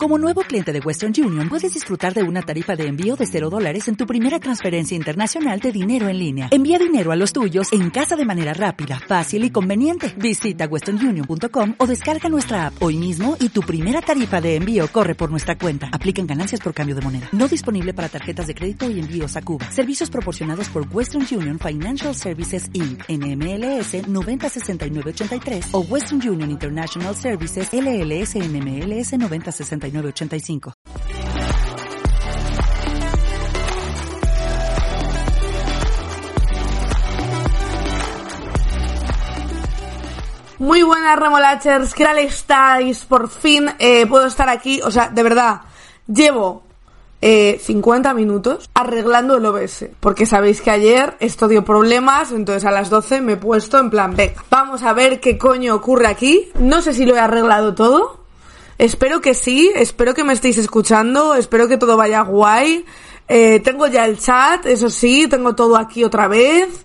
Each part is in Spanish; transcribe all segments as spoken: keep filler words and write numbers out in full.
Como nuevo cliente de Western Union, puedes disfrutar de una tarifa de envío de cero dólares en tu primera transferencia internacional de dinero en línea. Envía dinero a los tuyos en casa de manera rápida, fácil y conveniente. Visita western union punto com o descarga nuestra app hoy mismo y tu primera tarifa de envío corre por nuestra cuenta. Aplican ganancias por cambio de moneda. No disponible para tarjetas de crédito y envíos a Cuba. Servicios proporcionados por Western Union Financial Services incorporated. N M L S noventa sesenta y nueve ochenta y tres o Western Union International Services L L S N M L S noventa sesenta y nueve ochenta y cinco. Muy buenas, remolachers, ¿qué tal estáis? Por fin eh, puedo estar aquí, o sea, de verdad, llevo eh, cincuenta minutos arreglando el O B S, porque sabéis que ayer esto dio problemas, entonces a las doce me he puesto en plan, venga, vamos a ver qué coño ocurre aquí. No sé si lo he arreglado todo, espero que sí, espero que me estéis escuchando, espero que todo vaya guay. Eh, tengo ya el chat, eso sí, tengo todo aquí otra vez,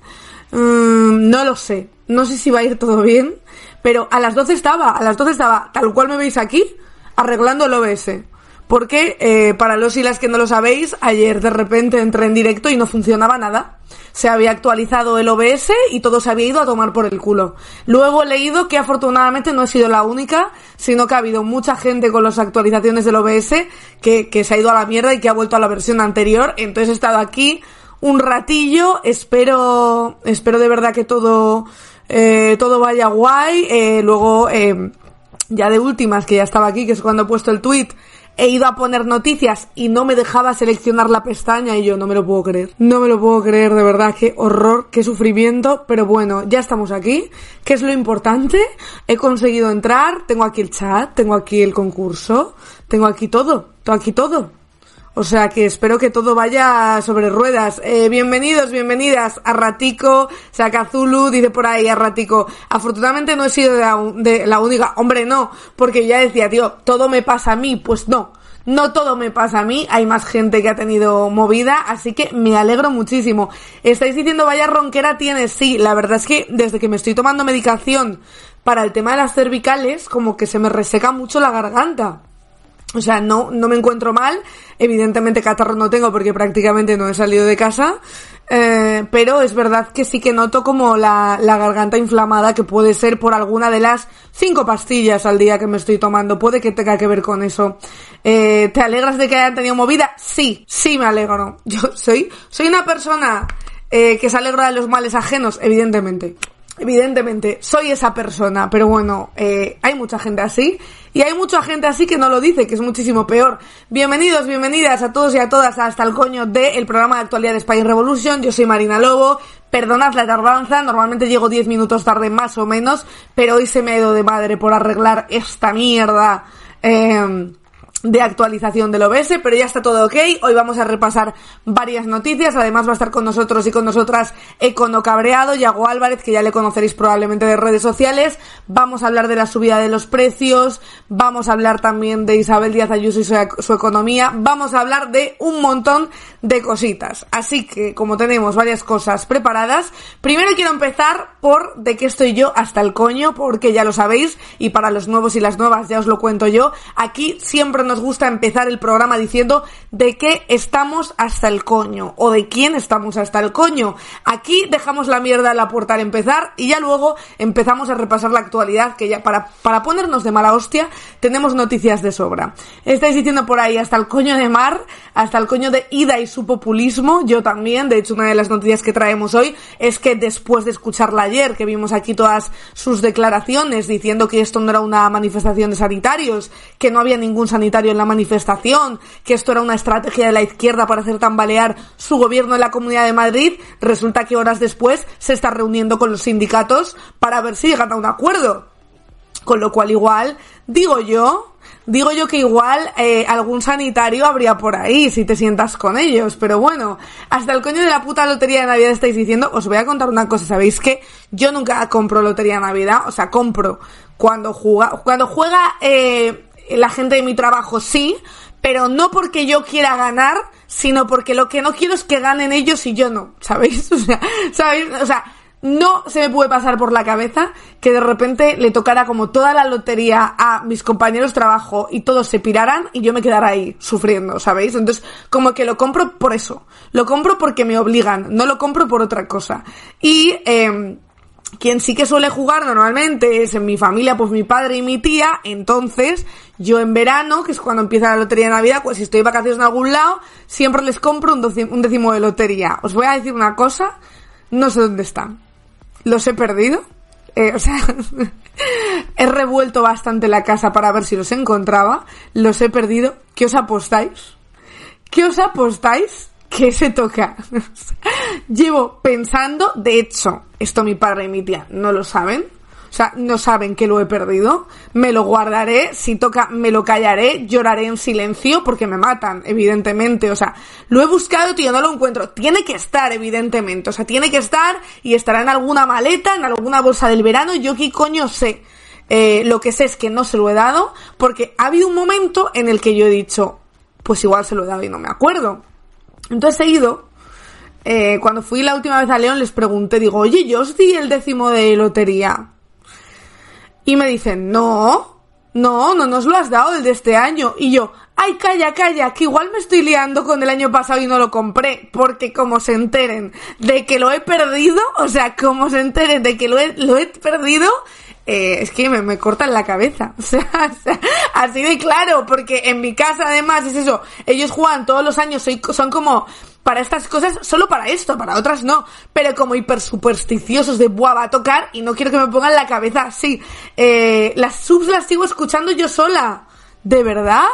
mm, no lo sé, no sé si va a ir todo bien, pero a las doce estaba, a las doce estaba, tal cual me veis aquí, arreglando el O B S. Porque, eh, para los y las que no lo sabéis, ayer de repente entré en directo y no funcionaba nada. Se había actualizado el O B S y todo se había ido a tomar por el culo. Luego he leído que afortunadamente no he sido la única, sino que ha habido mucha gente con las actualizaciones del O B S que, que se ha ido a la mierda y que ha vuelto a la versión anterior. Entonces he estado aquí un ratillo, espero, espero de verdad que todo, eh, todo vaya guay. Eh, luego, eh, ya de últimas, que ya estaba aquí, que es cuando he puesto el tweet, he ido a poner noticias y no me dejaba seleccionar la pestaña y yo no me lo puedo creer. No me lo puedo creer, de verdad, qué horror, qué sufrimiento. Pero bueno, ya estamos aquí, que es lo importante. He conseguido entrar, tengo aquí el chat, tengo aquí el concurso, tengo aquí todo, tengo aquí todo. O sea que espero que todo vaya sobre ruedas. Eh, bienvenidos, bienvenidas a Ratico, Sakazulu, dice por ahí a Ratico. Afortunadamente no he sido de la, de la única. Hombre, no, porque ya decía, tío, todo me pasa a mí. Pues no, no todo me pasa a mí. Hay más gente que ha tenido movida, así que me alegro muchísimo. Estáis diciendo, vaya ronquera tienes. Sí, la verdad es que desde que me estoy tomando medicación para el tema de las cervicales, como que se me reseca mucho la garganta. O sea, no, no me encuentro mal. Evidentemente catarro no tengo porque prácticamente no he salido de casa. Eh, pero es verdad que sí que noto como la, la garganta inflamada, que puede ser por alguna de las cinco pastillas al día que me estoy tomando. Puede que tenga que ver con eso. Eh, ¿te alegras de que hayan tenido movida? Sí, sí me alegro. Yo soy, soy una persona eh, que se alegra de los males ajenos, evidentemente. Evidentemente, soy esa persona, pero bueno, eh, hay mucha gente así, y hay mucha gente así que no lo dice, que es muchísimo peor. Bienvenidos, bienvenidas a todos y a todas hasta el coño del programa de actualidad de Spy Revolution. Yo soy Marina Lobo, perdonad la tardanza, normalmente llego diez minutos tarde más o menos, pero hoy se me ha ido de madre por arreglar esta mierda, eh... de actualización del O B S, pero ya está todo ok. Hoy vamos a repasar varias noticias, además va a estar con nosotros y con nosotras Econo Cabreado, Yago Álvarez, que ya le conoceréis probablemente de redes sociales. Vamos a hablar de la subida de los precios, vamos a hablar también de Isabel Díaz Ayuso y su, su economía, vamos a hablar de un montón de cositas. Así que, como tenemos varias cosas preparadas, primero quiero empezar por de qué estoy yo hasta el coño, porque ya lo sabéis, y para los nuevos y las nuevas ya os lo cuento yo. Aquí siempre nos gusta empezar el programa diciendo de qué estamos hasta el coño, o de quién estamos hasta el coño. Aquí dejamos la mierda a la puerta al empezar y ya luego empezamos a repasar la actualidad, que ya para, para ponernos de mala hostia tenemos noticias de sobra. Estáis diciendo por ahí hasta el coño de Mar, hasta el coño de Ida y su populismo. Yo también, de hecho una de las noticias que traemos hoy es que después de escucharla ayer, que vimos aquí todas sus declaraciones diciendo que esto no era una manifestación de sanitarios, que no había ningún sanitario en la manifestación, que esto era una estrategia de la izquierda para hacer tambalear su gobierno en la Comunidad de Madrid, resulta que horas después se está reuniendo con los sindicatos para ver si llegan a un acuerdo. Con lo cual igual, digo yo, digo yo que igual eh, algún sanitario habría por ahí si te sientas con ellos, pero bueno, hasta el coño de la puta lotería de Navidad estáis diciendo. Os voy a contar una cosa, ¿sabéis que yo nunca compro lotería de Navidad? O sea, compro cuando juega, cuando juega eh, la gente de mi trabajo, sí, pero no porque yo quiera ganar, sino porque lo que no quiero es que ganen ellos y yo no, ¿sabéis? O sea, ¿sabéis? O sea, no se me puede pasar por la cabeza que de repente le tocara como toda la lotería a mis compañeros de trabajo y todos se piraran y yo me quedara ahí sufriendo, ¿sabéis? Entonces, como que lo compro por eso. Lo compro porque me obligan, no lo compro por otra cosa. Y eh, quien sí que suele jugar normalmente es en mi familia, pues mi padre y mi tía. Entonces, yo en verano, que es cuando empieza la lotería de Navidad, pues si estoy de vacaciones en algún lado, siempre les compro un, doci- un décimo de lotería. Os voy a decir una cosa, no sé dónde están. Los he perdido. Eh, o sea, he revuelto bastante la casa para ver si los encontraba. Los he perdido. ¿Qué os apostáis? ¿Qué os apostáis? Que se toca. Llevo pensando, de hecho, esto mi padre y mi tía no lo saben. O sea, no saben que lo he perdido. Me lo guardaré, si toca me lo callaré, lloraré en silencio porque me matan, evidentemente. O sea, lo he buscado, tío, no lo encuentro. Tiene que estar, evidentemente. O sea, tiene que estar y estará en alguna maleta, en alguna bolsa del verano. Yo qué coño sé. Eh, lo que sé es que no se lo he dado porque ha habido un momento en el que yo he dicho, pues igual se lo he dado y no me acuerdo. Entonces he ido, eh, cuando fui la última vez a León les pregunté, digo, oye, yo os di el décimo de lotería. Y me dicen, no, no, no nos lo has dado el de este año. Y yo, ay, calla, calla, que igual me estoy liando con el año pasado y no lo compré. Porque como se enteren de que lo he perdido, o sea, como se enteren de que lo he, lo he perdido, eh, es que me, me cortan la cabeza. O sea, o sea, así de claro, porque en mi casa además es eso, ellos juegan todos los años, soy, son como... para estas cosas, solo para esto, para otras no, pero como hiper supersticiosos de buah, va a tocar y no quiero que me pongan la cabeza así. Eh, las subs las sigo escuchando yo sola. ¿De verdad?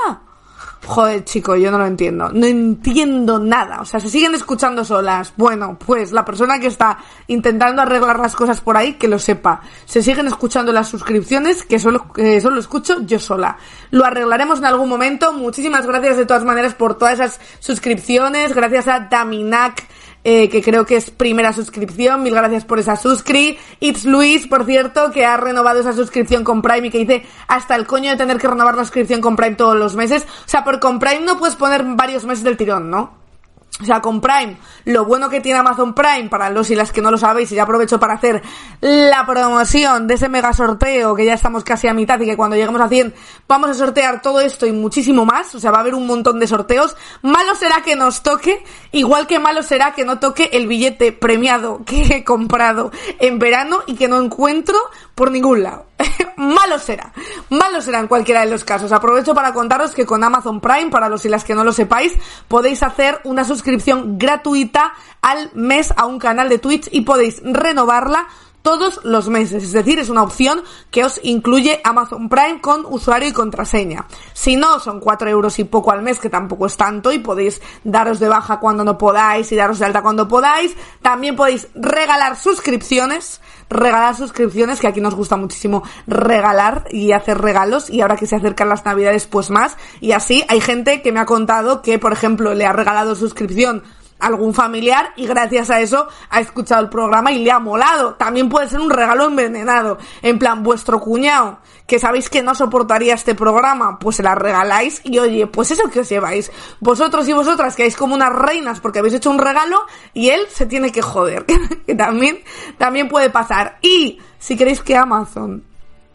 Joder, chico, yo no lo entiendo. No entiendo nada. O sea, se siguen escuchando solas. Bueno, pues la persona que está intentando arreglar las cosas por ahí, que lo sepa. Se siguen escuchando las suscripciones, que solo, que solo escucho yo sola. Lo arreglaremos en algún momento. Muchísimas gracias de todas maneras por todas esas suscripciones. Gracias a Daminac, Eh, que creo que es primera suscripción, mil gracias por esa suscri. It's Luis, por cierto, que ha renovado esa suscripción con Prime y que dice hasta el coño de tener que renovar la suscripción con Prime todos los meses. O sea, por con Prime no puedes poner varios meses del tirón, ¿no? O sea, con Prime, lo bueno que tiene Amazon Prime, para los y las que no lo sabéis, y ya aprovecho para hacer la promoción de ese mega sorteo, que ya estamos casi a mitad y que cuando lleguemos a cien vamos a sortear todo esto y muchísimo más. O sea, va a haber un montón de sorteos. Malo será que nos toque, igual que malo será que no toque el billete premiado que he comprado en verano y que no encuentro por ningún lado. Malo será, malo será en cualquiera de los casos. Aprovecho para contaros que con Amazon Prime, para los y las que no lo sepáis, podéis hacer una suscripción gratuita al mes a un canal de Twitch y podéis renovarla todos los meses, es decir, es una opción que os incluye Amazon Prime con usuario y contraseña. Si no, son cuatro euros y poco al mes, que tampoco es tanto, y podéis daros de baja cuando no podáis y daros de alta cuando podáis. También podéis regalar suscripciones, regalar suscripciones, que aquí nos gusta muchísimo regalar y hacer regalos, y ahora que se acercan las navidades, pues más. Y así hay gente que me ha contado que, por ejemplo, le ha regalado suscripción algún familiar y gracias a eso ha escuchado el programa y le ha molado. También puede ser un regalo envenenado, en plan, vuestro cuñado, que sabéis que no soportaría este programa, pues se la regaláis y oye, pues eso que os lleváis vosotros y vosotras, que vais como unas reinas porque habéis hecho un regalo y él se tiene que joder, que también, también puede pasar. Y si queréis que Amazon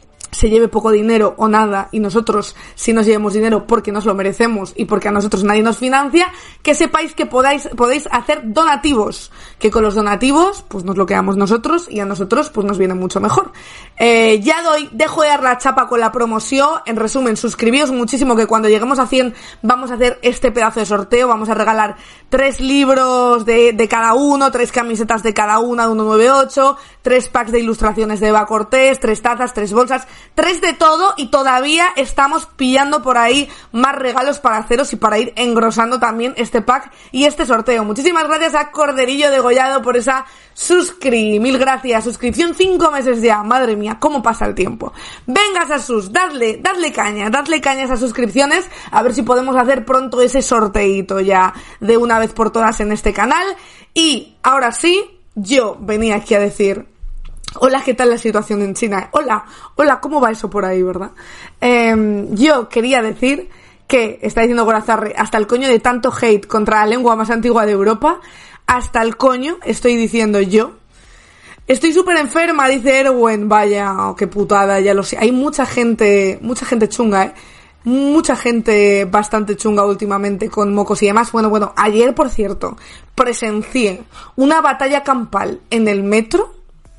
se lleve poco dinero o nada y nosotros sí nos llevemos dinero porque nos lo merecemos y porque a nosotros nadie nos financia, que sepáis que podáis, podéis hacer donativos, que con los donativos pues nos lo quedamos nosotros y a nosotros pues nos viene mucho mejor. Eh, ya doy, dejo de dar la chapa con la promoción. En resumen, suscribíos muchísimo, que cuando lleguemos a cien vamos a hacer este pedazo de sorteo, vamos a regalar tres libros de, de cada uno, tres camisetas de cada una de ciento noventa y ocho, tres packs de ilustraciones de Eva Cortés, tres tazas, tres bolsas, tres de todo, y todavía estamos pillando por ahí más regalos para haceros y para ir engrosando también este pack y este sorteo. Muchísimas gracias a Corderillo Degollado por esa suscri, mil gracias, suscripción cinco meses ya, madre mía, cómo pasa el tiempo. Venga, a sus, dadle, dadle caña, dadle caña a esas suscripciones, a ver si podemos hacer pronto ese sorteito ya de una vez por todas en este canal. Y ahora sí, yo venía aquí a decir: hola, ¿qué tal la situación en China? Hola, hola, ¿cómo va eso por ahí, verdad? Eh, yo quería decir que, está diciendo Gorazarre, hasta el coño de tanto hate contra la lengua más antigua de Europa, hasta el coño, estoy diciendo yo. Estoy súper enferma, dice Erwin. Vaya, oh, qué putada, ya lo sé. Hay mucha gente, mucha gente chunga, ¿eh? Mucha gente bastante chunga últimamente con mocos y demás. Bueno, bueno, ayer, por cierto, presencié una batalla campal en el metro.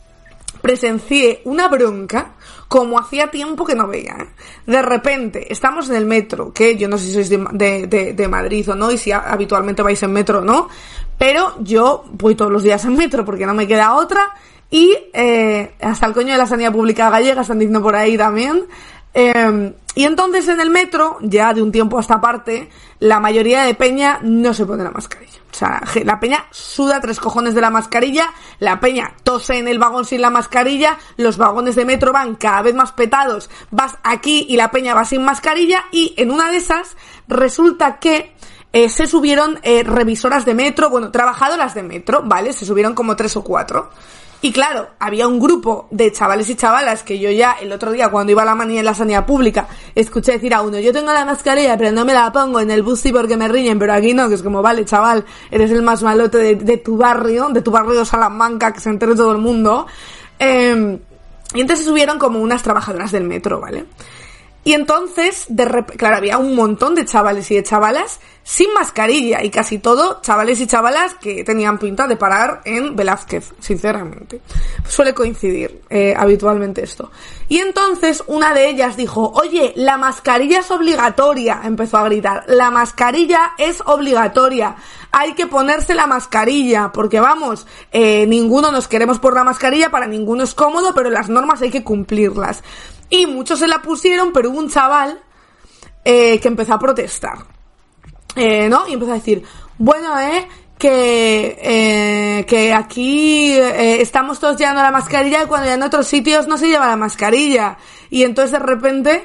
Presencié una bronca como hacía tiempo que no veía, ¿eh? De repente, estamos en el metro, que yo no sé si sois de, de, de, de Madrid o no, y si habitualmente vais en metro o no, pero yo voy todos los días en metro porque no me queda otra, y eh, hasta el coño de la sanidad pública gallega están diciendo por ahí también. Eh, y entonces en el metro, ya de un tiempo a esta parte, la mayoría de peña no se pone la mascarilla. O sea, la peña suda tres cojones de la mascarilla, la peña tose en el vagón sin la mascarilla, los vagones de metro van cada vez más petados, vas aquí y la peña va sin mascarilla, y en una de esas resulta que eh, se subieron eh, revisoras de metro, bueno, trabajadoras de metro, ¿vale? Se subieron como tres o cuatro. Y claro, había un grupo de chavales y chavalas que yo ya el otro día cuando iba a la manía en la sanidad pública escuché decir a uno, yo tengo la mascarilla pero no me la pongo en el bus sí porque me riñen, pero aquí no, que es como, vale chaval, eres el más malote de, de tu barrio, de tu barrio Salamanca, que se entere todo el mundo. Eh, y entonces se subieron como unas trabajadoras del metro, ¿vale? Y entonces, de rep- claro, había un montón de chavales y de chavalas sin mascarilla, y casi todo chavales y chavalas que tenían pinta de parar en Velázquez, sinceramente. Suele coincidir eh, habitualmente esto. Y entonces una de ellas dijo, oye, la mascarilla es obligatoria, empezó a gritar, la mascarilla es obligatoria, hay que ponerse la mascarilla, porque vamos, eh, ninguno nos queremos por la mascarilla, para ninguno es cómodo, pero las normas hay que cumplirlas. Y muchos se la pusieron, pero hubo un chaval eh, que empezó a protestar, eh, ¿no? Y empezó a decir, bueno, eh, que eh, que aquí eh, estamos todos llevando la mascarilla y cuando ya en otros sitios no se lleva la mascarilla. Y entonces de repente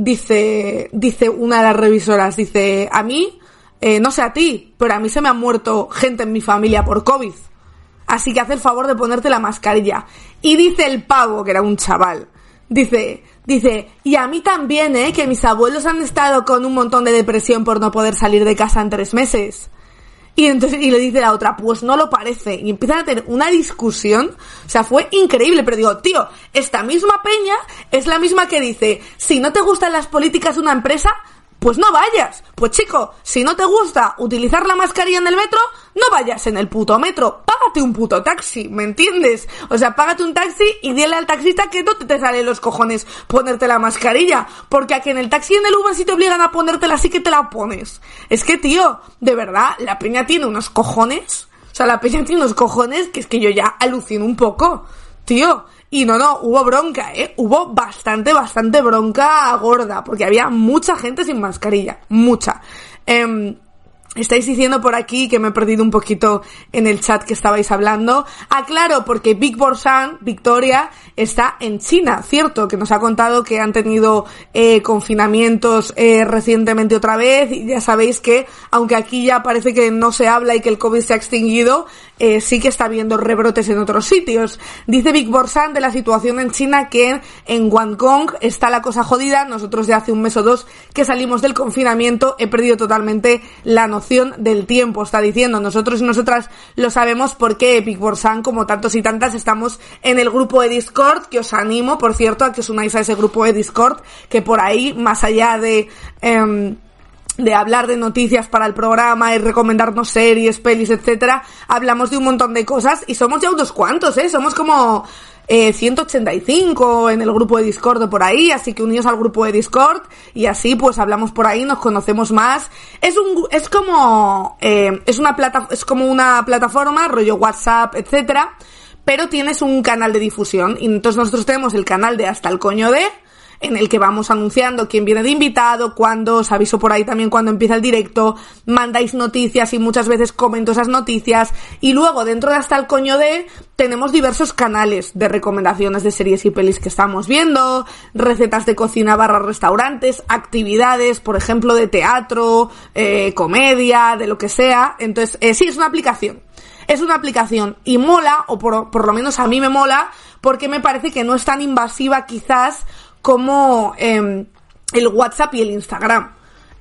dice dice una de las revisoras, dice, a mí, eh, no sé a ti, pero a mí se me ha muerto gente en mi familia por COVID. Así que haz el favor de ponerte la mascarilla. Y dice el pavo, que era un chaval, Dice, dice, y a mí también, ¿eh? Que mis abuelos han estado con un montón de depresión por no poder salir de casa en tres meses. Y entonces, y le dice la otra, pues no lo parece. Y empiezan a tener una discusión, o sea, fue increíble, pero digo, tío, esta misma peña es la misma que dice, si no te gustan las políticas de una empresa, pues no vayas. Pues chico, si no te gusta utilizar la mascarilla en el metro, no vayas en el puto metro. Págate un puto taxi, ¿me entiendes? O sea, págate un taxi y dile al taxista que no te, te sale los cojones ponerte la mascarilla. Porque aquí en el taxi y en el Uber si te obligan a ponértela, sí que te la pones. Es que, tío, de verdad, la peña tiene unos cojones. O sea, la peña tiene unos cojones que es que yo ya alucino un poco. Tío, y no, no, hubo bronca, ¿eh? Hubo bastante, bastante bronca gorda, porque había mucha gente sin mascarilla, mucha. Eh, estáis diciendo por aquí que me he perdido un poquito en el chat que estabais hablando. Ah, claro, porque Big Borsan, Victoria, está en China, ¿cierto? Que nos ha contado que han tenido eh, confinamientos eh, recientemente otra vez, y ya sabéis que, aunque aquí ya parece que no se habla y que el COVID se ha extinguido, Eh, sí que está habiendo rebrotes en otros sitios. Dice Big Borsan de la situación en China que en Guangdong está la cosa jodida. Nosotros de hace un mes o dos que salimos del confinamiento he perdido totalmente la noción del tiempo. Está diciendo, nosotros y nosotras lo sabemos porque Big Borsan, como tantos y tantas, estamos en el grupo de Discord, que os animo, por cierto, a que os unáis a ese grupo de Discord, que por ahí, más allá de... Eh, de hablar de noticias para el programa y recomendarnos series, pelis, etcétera, hablamos de un montón de cosas y somos ya unos cuantos, ¿eh? Somos como eh, ciento ochenta y cinco en el grupo de Discord o por ahí, así que uníos al grupo de Discord y así pues hablamos por ahí, nos conocemos más. Es un, es como, eh, es una plata, es como una plataforma, rollo WhatsApp, etcétera, pero tienes un canal de difusión y entonces nosotros tenemos el canal de Hasta el Coño de, en el que vamos anunciando quién viene de invitado, cuándo, os aviso por ahí también cuando empieza el directo, mandáis noticias y muchas veces comento esas noticias, y luego dentro de Hasta el Coño de tenemos diversos canales de recomendaciones de series y pelis que estamos viendo, recetas de cocina barra restaurantes, actividades, por ejemplo, de teatro, eh, comedia, de lo que sea. Entonces, eh, sí, es una aplicación. Es una aplicación y mola, o por, por lo menos a mí me mola, porque me parece que no es tan invasiva quizás como eh, el WhatsApp y el Instagram.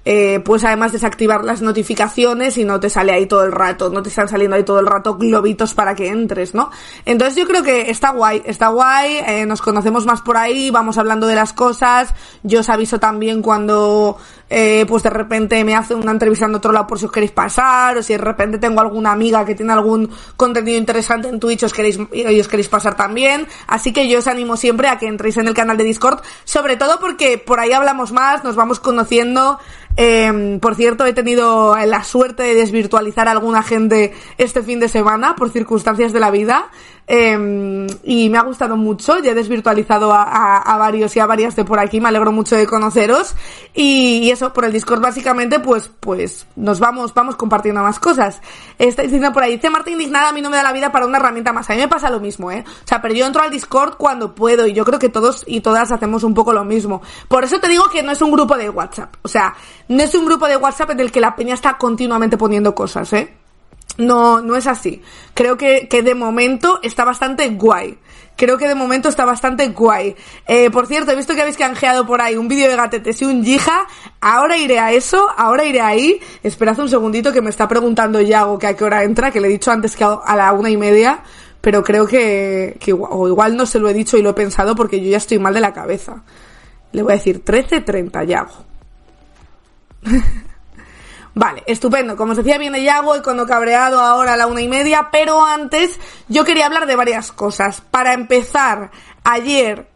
eh, pues además desactivar las notificaciones y no te sale ahí todo el rato, no te están saliendo ahí todo el rato globitos para que entres, ¿no? Entonces yo creo que está guay, está guay, eh, nos conocemos más por ahí, vamos hablando de las cosas, yo os aviso también cuando eh, pues de repente me hace una entrevista en otro lado por si os queréis pasar, o si de repente tengo alguna amiga que tiene algún contenido interesante en Twitch os queréis, y os queréis pasar también, así que yo os animo siempre a que entréis en el canal de Discord, sobre todo porque por ahí hablamos más, nos vamos conociendo. Eh, por cierto, he tenido la suerte de desvirtualizar a alguna gente este fin de semana por circunstancias de la vida, eh, y me ha gustado mucho. Ya he desvirtualizado a, a, a varios y a varias de por aquí, me alegro mucho de conoceros, y, y eso, por el Discord básicamente pues pues nos vamos vamos compartiendo más cosas. Estáis diciendo por ahí, dice Marta indignada, a mí no me da la vida para una herramienta más. A mí me pasa lo mismo, eh, o sea, pero yo entro al Discord cuando puedo, y yo creo que todos y todas hacemos un poco lo mismo. Por eso te digo que no es un grupo de WhatsApp, o sea, no es un grupo de WhatsApp en el que la peña está continuamente poniendo cosas, ¿eh? No, no es así. Creo que, que de momento está bastante guay. Creo que de momento está bastante guay. Eh, por cierto, he visto que habéis canjeado por ahí un vídeo de gatetes y un Jija. Ahora iré a eso, ahora iré ahí. Esperad un segundito que me está preguntando Yago que a qué hora entra, que le he dicho antes que a la una y media. Pero creo que, que igual, o igual no se lo he dicho y lo he pensado porque yo ya estoy mal de la cabeza. Le voy a decir trece treinta, Yago. Vale, estupendo. Como os decía, viene Yago, y cuando cabreado ahora a la una y media, pero antes yo quería hablar de varias cosas. Para empezar, ayer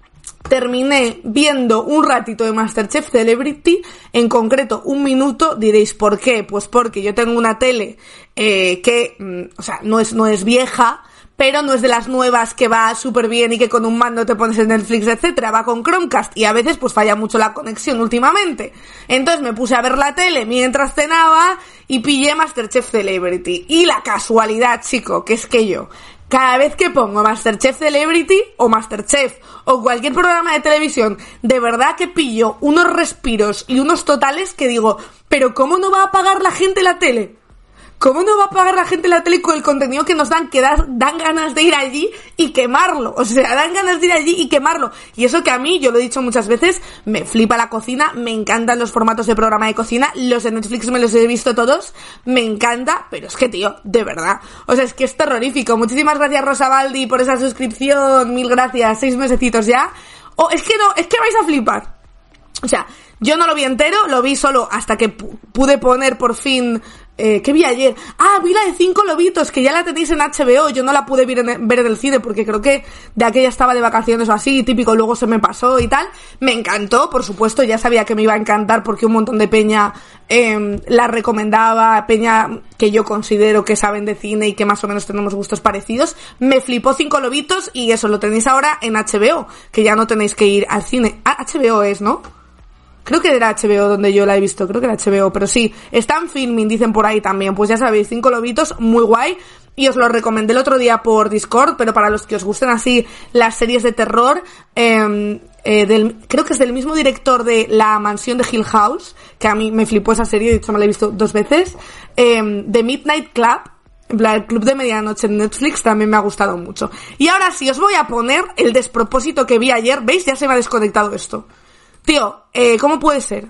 terminé viendo un ratito de MasterChef Celebrity, en concreto un minuto. Diréis, ¿por qué? Pues porque yo tengo una tele eh, que, o sea, no es, no es vieja, pero no es de las nuevas que va súper bien y que con un mando te pones en Netflix, etcétera. Va con Chromecast y a veces pues falla mucho la conexión últimamente. Entonces me puse a ver la tele mientras cenaba y pillé MasterChef Celebrity. Y la casualidad, chico, que es que yo, cada vez que pongo MasterChef Celebrity o MasterChef o cualquier programa de televisión, de verdad que pillo unos respiros y unos totales que digo, pero ¿cómo no va a pagar la gente la tele? ¿Cómo no va a pagar la gente la tele con el contenido que nos dan? Que da, dan ganas de ir allí y quemarlo. O sea, dan ganas de ir allí y quemarlo. Y eso que a mí, yo lo he dicho muchas veces, me flipa la cocina, me encantan los formatos de programa de cocina, los de Netflix me los he visto todos, me encanta, pero es que, tío, de verdad. O sea, es que es terrorífico. Muchísimas gracias, Rosa Baldi, por esa suscripción. Mil gracias. Seis mesecitos ya. Oh, es que no, es que vais a flipar. O sea, yo no lo vi entero, lo vi solo hasta que pu- pude poner por fin... Eh, ¿Qué vi ayer? Ah, vi la de Cinco Lobitos, que ya la tenéis en H B O. Yo no la pude ver en, ver en el cine porque creo que de aquella estaba de vacaciones o así, típico, luego se me pasó y tal. Me encantó, por supuesto, ya sabía que me iba a encantar porque un montón de peña eh, la recomendaba, peña que yo considero que saben de cine y que más o menos tenemos gustos parecidos. Me flipó Cinco Lobitos y eso lo tenéis ahora en H B O, que ya no tenéis que ir al cine. Ah, H B O es, ¿no? Creo que era H B O donde yo la he visto, creo que era H B O, pero sí, está en Filmin, dicen por ahí también. Pues ya sabéis, Cinco Lobitos, muy guay, y os lo recomendé el otro día por Discord, pero para los que os gusten así las series de terror, eh, eh, del, creo que es del mismo director de La Mansión de Hill House, que a mí me flipó esa serie, de hecho me la he visto dos veces, eh, The Midnight Club, el Club de Medianoche en Netflix, también me ha gustado mucho. Y ahora sí, os voy a poner el despropósito que vi ayer, ¿veis? Ya se me ha desconectado esto. Tío, eh, ¿cómo puede ser?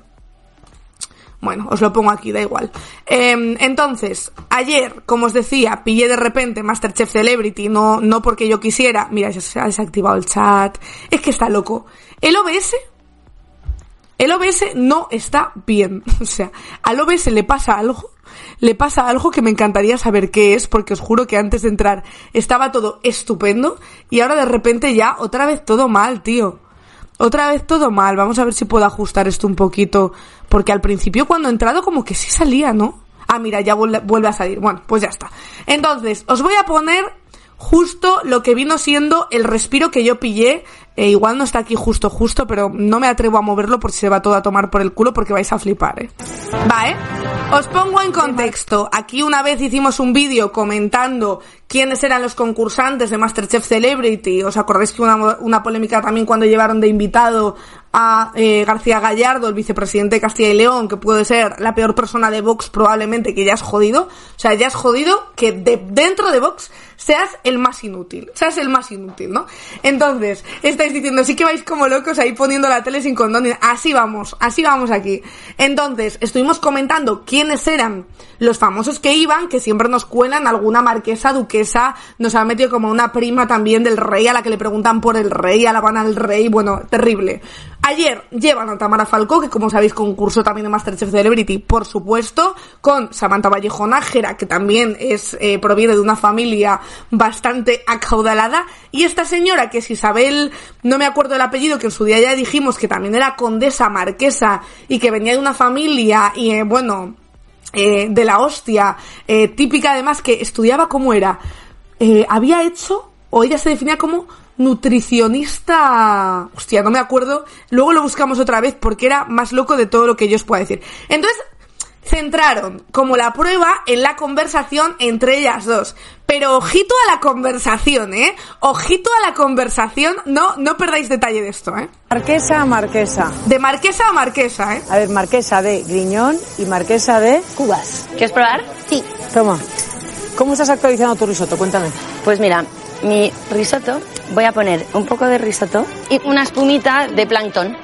Bueno, os lo pongo aquí, da igual. Eh, entonces, ayer, como os decía, pillé de repente MasterChef Celebrity, no, no porque yo quisiera. Mira, ya se ha desactivado el chat. Es que está loco. El O B S, el O B S no está bien. O sea, al O B S le pasa algo, le pasa algo que me encantaría saber qué es, porque os juro que antes de entrar estaba todo estupendo y ahora de repente ya otra vez todo mal, tío. Otra vez todo mal. Vamos a ver si puedo ajustar esto un poquito, porque al principio cuando he entrado como que sí salía, ¿no? Ah, mira, ya vuelve, vuelve a salir. Bueno, pues ya está. Entonces, os voy a poner justo lo que vino siendo el respiro que yo pillé. Eh, igual no está aquí justo, justo, pero no me atrevo a moverlo por si se va todo a tomar por el culo, porque vais a flipar, ¿eh? Va, ¿eh? Os pongo en contexto. Aquí una vez hicimos un vídeo comentando quiénes eran los concursantes de MasterChef Celebrity. ¿Os acordáis que una, una polémica también cuando llevaron de invitado a eh, García Gallardo, el vicepresidente de Castilla y León, que puede ser la peor persona de Vox probablemente, que ya es jodido? O sea, ya es jodido que de, dentro de Vox seas el más inútil, seas el más inútil, ¿no? Entonces, estáis diciendo, sí que vais como locos ahí poniendo la tele sin condón, así vamos, así vamos aquí. Entonces, estuvimos comentando quiénes eran los famosos que iban, que siempre nos cuelan alguna marquesa, duquesa, nos ha metido como una prima también del rey, a la que le preguntan por el rey, alaban al rey, bueno, terrible. Ayer llevan a Tamara Falcó, que como sabéis concursó también en MasterChef Celebrity, por supuesto, con Samantha Vallejo Nájera, que también es eh, proviene de una familia bastante acaudalada, y esta señora, que es Isabel, no me acuerdo el apellido, que en su día ya dijimos que también era condesa, marquesa, y que venía de una familia, y eh, bueno, eh, de la hostia, eh, típica además, que estudiaba como era, eh, había hecho, o ella se definía como nutricionista, hostia, no me acuerdo, luego lo buscamos otra vez porque era más loco de todo lo que yo os puedo decir. Entonces, centraron como la prueba en la conversación entre ellas dos. Pero ojito a la conversación, ¿eh? Ojito a la conversación, no, no perdáis detalle de esto, ¿eh? Marquesa a marquesa. De marquesa a marquesa, ¿eh? A ver, marquesa de Griñón y marquesa de Cubas. ¿Quieres probar? Sí. Toma. ¿Cómo estás actualizando tu risotto? Cuéntame. Pues mira, mi risotto, voy a poner un poco de risotto y una espumita de plancton.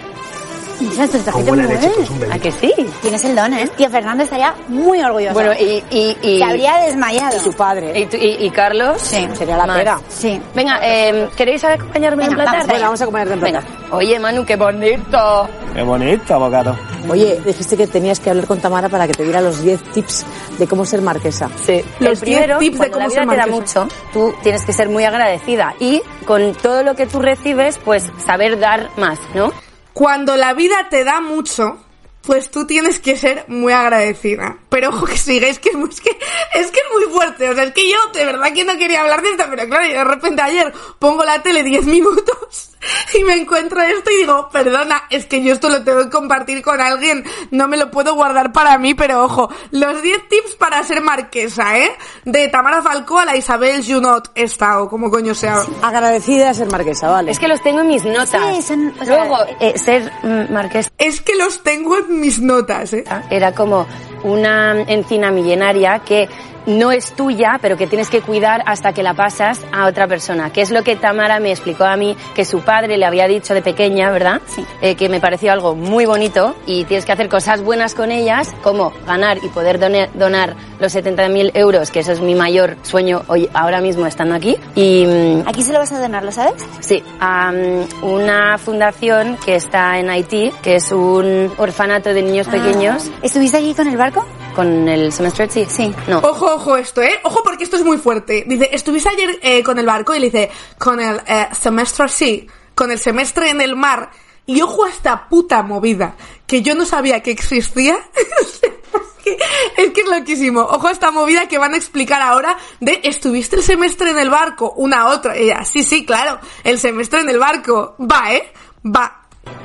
¿A que sí? Tienes el don, ¿eh? Tío Fernando estaría muy orgulloso. Bueno, y... y, y Se habría desmayado. Y tu padre. ¿Y, tu, y, y Carlos? Sí. Sería la pera. Sí. Venga, eh, ¿queréis acompañarme Venga, en platar? vamos Bueno, vamos a comer en platar. Venga. Oye, Manu, qué bonito. Qué bonito, abogado. Oye, dijiste que tenías que hablar con Tamara para que te diera los diez tips de cómo ser marquesa. Sí. Los el primero, tips de cuando cómo la vida ser te da marquesa. mucho, tú tienes que ser muy agradecida y con todo lo que tú recibes, pues saber dar más, ¿no? Cuando la vida te da mucho, pues tú tienes que ser muy agradecida. Pero ojo que sigue, es que es, muy, es que es que es muy fuerte. O sea, es que yo de verdad que no quería hablar de esto, pero claro, yo de repente ayer pongo la tele diez minutos y me encuentro esto y digo, perdona, es que yo esto lo tengo que compartir con alguien, no me lo puedo guardar para mí, pero ojo, los diez tips para ser marquesa, ¿eh? De Tamara Falcó a la Isabel Junot esta, o como coño sea. Sí. Agradecida de ser marquesa, vale. Es que los tengo en mis notas. Sí, son, o sea, Luego, eh, ser mm, marquesa Es que los tengo en mis notas, ¿eh? era como una encina millenaria que no es tuya, pero que tienes que cuidar hasta que la pasas a otra persona, que es lo que Tamara me explicó a mí, que su padre le había dicho de pequeña, ¿verdad? Sí. Eh, que me pareció algo muy bonito y tienes que hacer cosas buenas con ellas, como ganar y poder donar, donar los setenta mil euros, que eso es mi mayor sueño hoy, ahora mismo estando aquí. Y mm, ¿a quién se lo vas a donar, lo sabes? sí, a um, una fundación que está en Haití, que es un orfanato de niños pequeños. Ah. ¿Estuviste allí con el barco? ¿Con el semestre? Sí. Sí. No. Ojo, ojo esto, ¿eh? Ojo porque esto es muy fuerte. Dice, ¿estuviste ayer eh, con el barco? Y le dice, con el eh, semestre sí, con el semestre en el mar. Y ojo a esta puta movida, que yo no sabía que existía. es, que, es que es loquísimo. Ojo a esta movida que van a explicar ahora de, ¿estuviste el semestre en el barco? Una otra. Y ella, sí, sí, claro, el semestre en el barco. Va, ¿eh? Va.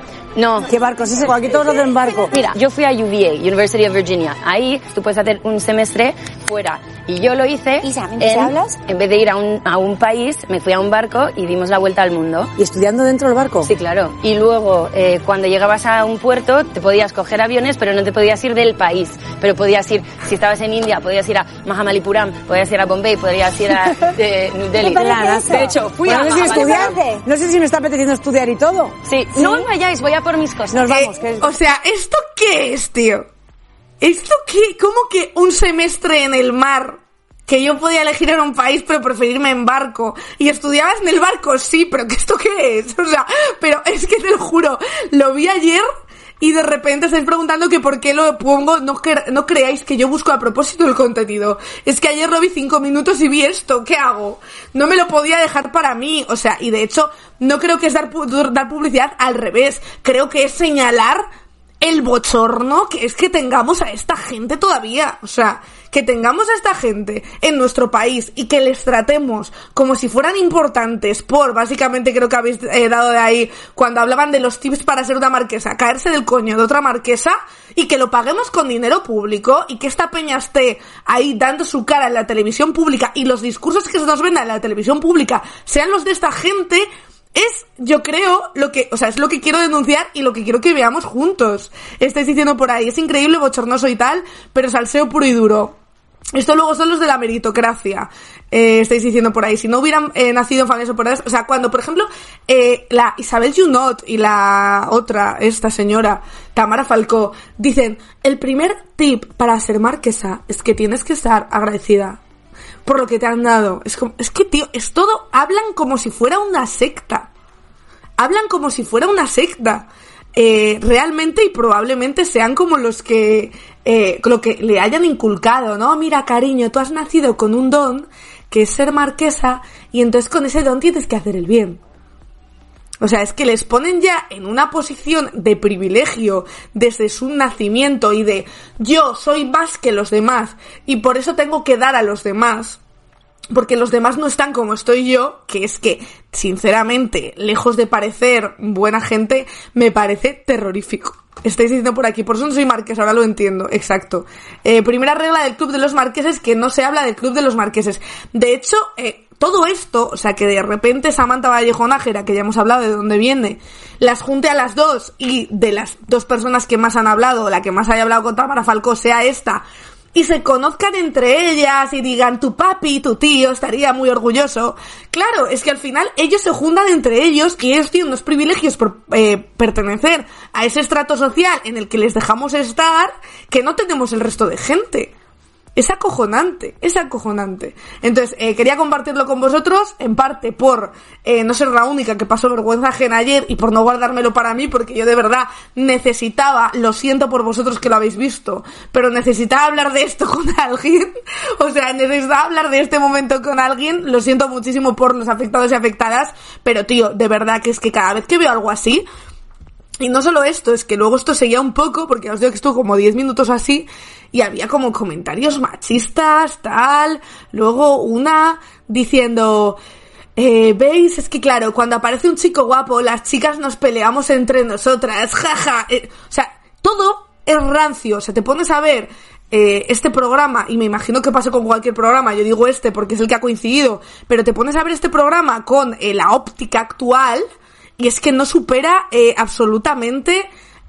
No. ¿Qué barco es ese? Aquí todos lo hacen barco. Mira, yo fui a U V A, University of Virginia. Ahí tú puedes hacer un semestre fuera. Y yo lo hice. ¿Y sabes qué hablas? En vez de ir a un, a un país, me fui a un barco y dimos la vuelta al mundo. ¿Y estudiando dentro del barco? Sí, claro. Y luego, eh, cuando llegabas a un puerto, te podías coger aviones, pero no te podías ir del país. Pero podías ir, si estabas en India, podías ir a Mahamalipuram, podías ir a Bombay, podías ir a eh, New Delhi. ¿Qué parece eso? De hecho, fui Bueno, a no sé si Mahamalipuram. estudiar. No sé si me está apeteciendo estudiar y todo. Sí, no os vayáis, voy a por mis cosas. Nos vamos. Eh, que es- o sea, ¿esto qué es, tío? ¿Esto qué? ¿Cómo que un semestre en el mar? Que yo podía elegir en un país, pero preferirme en barco. ¿Y estudiabas en el barco? Sí, pero ¿qué esto qué es? O sea, pero es que te lo juro, lo vi ayer y de repente estáis preguntando que por qué lo pongo. No, cre- no creáis que yo busco a propósito el contenido. Es que ayer lo vi cinco minutos y vi esto. ¿Qué hago? No me lo podía dejar para mí. O sea, y de hecho, no creo que es dar, pu- dar publicidad, al revés. Creo que es señalar el bochorno que es que tengamos a esta gente todavía. O sea, que tengamos a esta gente en nuestro país y que les tratemos como si fueran importantes por, básicamente creo que habéis eh, dado de ahí cuando hablaban de los tips para ser una marquesa, caerse del coño de otra marquesa, y que lo paguemos con dinero público y que esta peña esté ahí dando su cara en la televisión pública y los discursos que se nos vendan en la televisión pública sean los de esta gente. Es, yo creo, lo que, o sea, es lo que quiero denunciar y lo que quiero que veamos juntos. Estáis diciendo por ahí, es increíble, bochornoso y tal, pero salseo puro y duro. Esto luego son los de la meritocracia, eh, estáis diciendo por ahí. Si no hubieran eh, nacido en familias operadoras, o sea, cuando, por ejemplo, eh, la Isabel Junot y la otra, esta señora, Tamara Falcó, dicen, el primer tip para ser marquesa es que tienes que estar agradecida por lo que te han dado. Es como, es que, tío, es todo, hablan como si fuera una secta. Hablan como si fuera una secta. Eh, realmente y probablemente sean como los que eh, lo que le hayan inculcado, ¿no? Mira, cariño, tú has nacido con un don que es ser marquesa y entonces con ese don tienes que hacer el bien. O sea, es que les ponen ya en una posición de privilegio desde su nacimiento y de yo soy más que los demás y por eso tengo que dar a los demás. Porque los demás no están como estoy yo, que es que, sinceramente, lejos de parecer buena gente, me parece terrorífico. Estáis diciendo por aquí, por eso no soy marqués, ahora lo entiendo, exacto. Eh, primera regla del Club de los Marqueses, que no se habla del Club de los Marqueses. De hecho, eh, todo esto, o sea, que de repente Samantha Vallejo Nájera, que ya hemos hablado de dónde viene, las junte a las dos y de las dos personas que más han hablado, la que más haya hablado con Tamara Falcó sea esta, y se conozcan entre ellas y digan tu papi, tu tío estaría muy orgulloso. Claro, es que al final ellos se juntan entre ellos y ellos tienen unos privilegios por eh, pertenecer a ese estrato social en el que les dejamos estar que no tenemos el resto de gente. Es acojonante, es acojonante. Entonces, eh, quería compartirlo con vosotros, en parte por eh, no ser la única que pasó vergüenza ajena ayer y por no guardármelo para mí, porque yo de verdad necesitaba, lo siento por vosotros que lo habéis visto, pero necesitaba hablar de esto con alguien. O sea, necesitaba hablar de este momento con alguien. Lo siento muchísimo por los afectados y afectadas, pero tío, de verdad que es que cada vez que veo algo así, y no solo esto, es que luego esto seguía un poco, porque os digo que estuvo como diez minutos así, y había como comentarios machistas, tal, luego una diciendo, eh, veis, es que claro, cuando aparece un chico guapo, las chicas nos peleamos entre nosotras, jaja, eh, o sea, todo es rancio, o sea, te pones a ver eh, este programa, y me imagino que pasa con cualquier programa, yo digo este porque es el que ha coincidido, pero te pones a ver este programa con eh, la óptica actual, y es que no supera eh, absolutamente,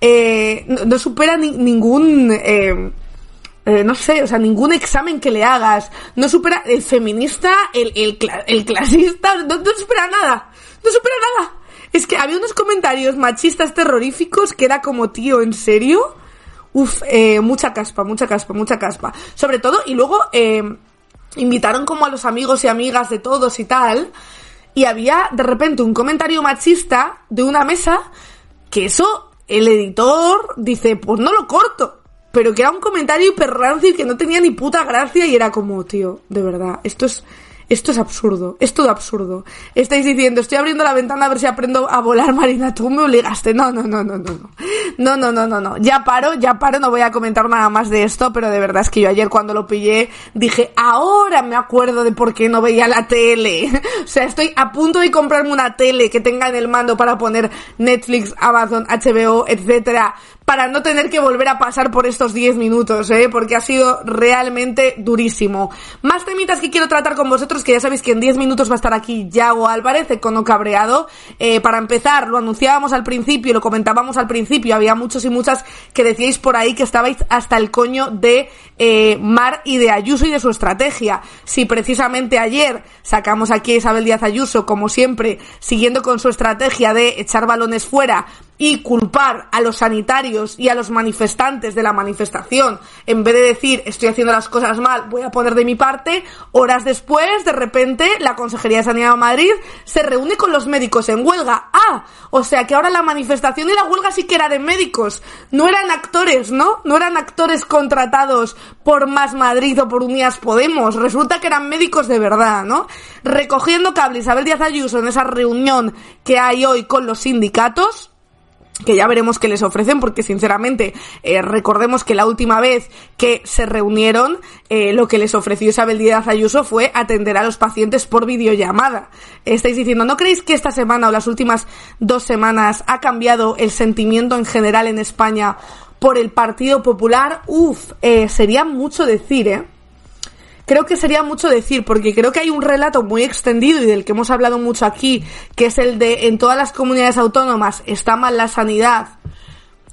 eh, no, no supera ni, ningún, eh, eh, no sé, o sea, ningún examen que le hagas. No supera el feminista, el, el, el clasista, no, no supera nada. No supera nada. Es que había unos comentarios machistas terroríficos que era como, tío, ¿en serio? Uf, eh, mucha caspa, mucha caspa, mucha caspa. Sobre todo, y luego eh, invitaron como a los amigos y amigas de todos y tal. Y había de repente un comentario machista de una mesa que eso, el editor dice, pues no lo corto. Pero que era un comentario hiper rancio y que no tenía ni puta gracia y era como, tío, de verdad, esto es... Esto es absurdo, es todo absurdo. Estáis diciendo, estoy abriendo la ventana a ver si aprendo a volar, Marina, tú me obligaste. No, no, no, no, no, no. No, no, no, no, no. Ya paro, ya paro, no voy a comentar nada más de esto, pero de verdad es que yo ayer cuando lo pillé dije, ahora me acuerdo de por qué no veía la tele. O sea, estoy a punto de comprarme una tele que tenga en el mando para poner Netflix, Amazon, H B O, etcétera, para no tener que volver a pasar por estos diez minutos, ¿eh? Porque ha sido realmente durísimo. Más temitas que quiero tratar con vosotros, que ya sabéis que en diez minutos va a estar aquí Yago Álvarez, Econo Cabreado. Eh, para empezar, lo anunciábamos al principio, lo comentábamos al principio, había muchos y muchas que decíais por ahí que estabais hasta el coño de eh, Mar y de Ayuso y de su estrategia. Si precisamente ayer sacamos aquí a Isabel Díaz Ayuso, como siempre, siguiendo con su estrategia de echar balones fuera y culpar a los sanitarios y a los manifestantes de la manifestación, en vez de decir estoy haciendo las cosas mal, voy a poner de mi parte, horas después, de repente, la Consejería de Sanidad de Madrid se reúne con los médicos en huelga. Ah, o sea que ahora la manifestación y la huelga sí que era de médicos, no eran actores, ¿no? No eran actores contratados por Más Madrid o por Unidas Podemos, resulta que eran médicos de verdad, ¿no? Recogiendo cable Isabel Díaz Ayuso en esa reunión que hay hoy con los sindicatos, que ya veremos qué les ofrecen, porque sinceramente eh, recordemos que la última vez que se reunieron eh, lo que les ofreció Isabel Díaz Ayuso fue atender a los pacientes por videollamada. Estáis diciendo, ¿no creéis que esta semana o las últimas dos semanas ha cambiado el sentimiento en general en España por el Partido Popular? Uf, eh, sería mucho decir, ¿eh? Creo que sería mucho decir, porque creo que hay un relato muy extendido y del que hemos hablado mucho aquí, que es el de en todas las comunidades autónomas está mal la sanidad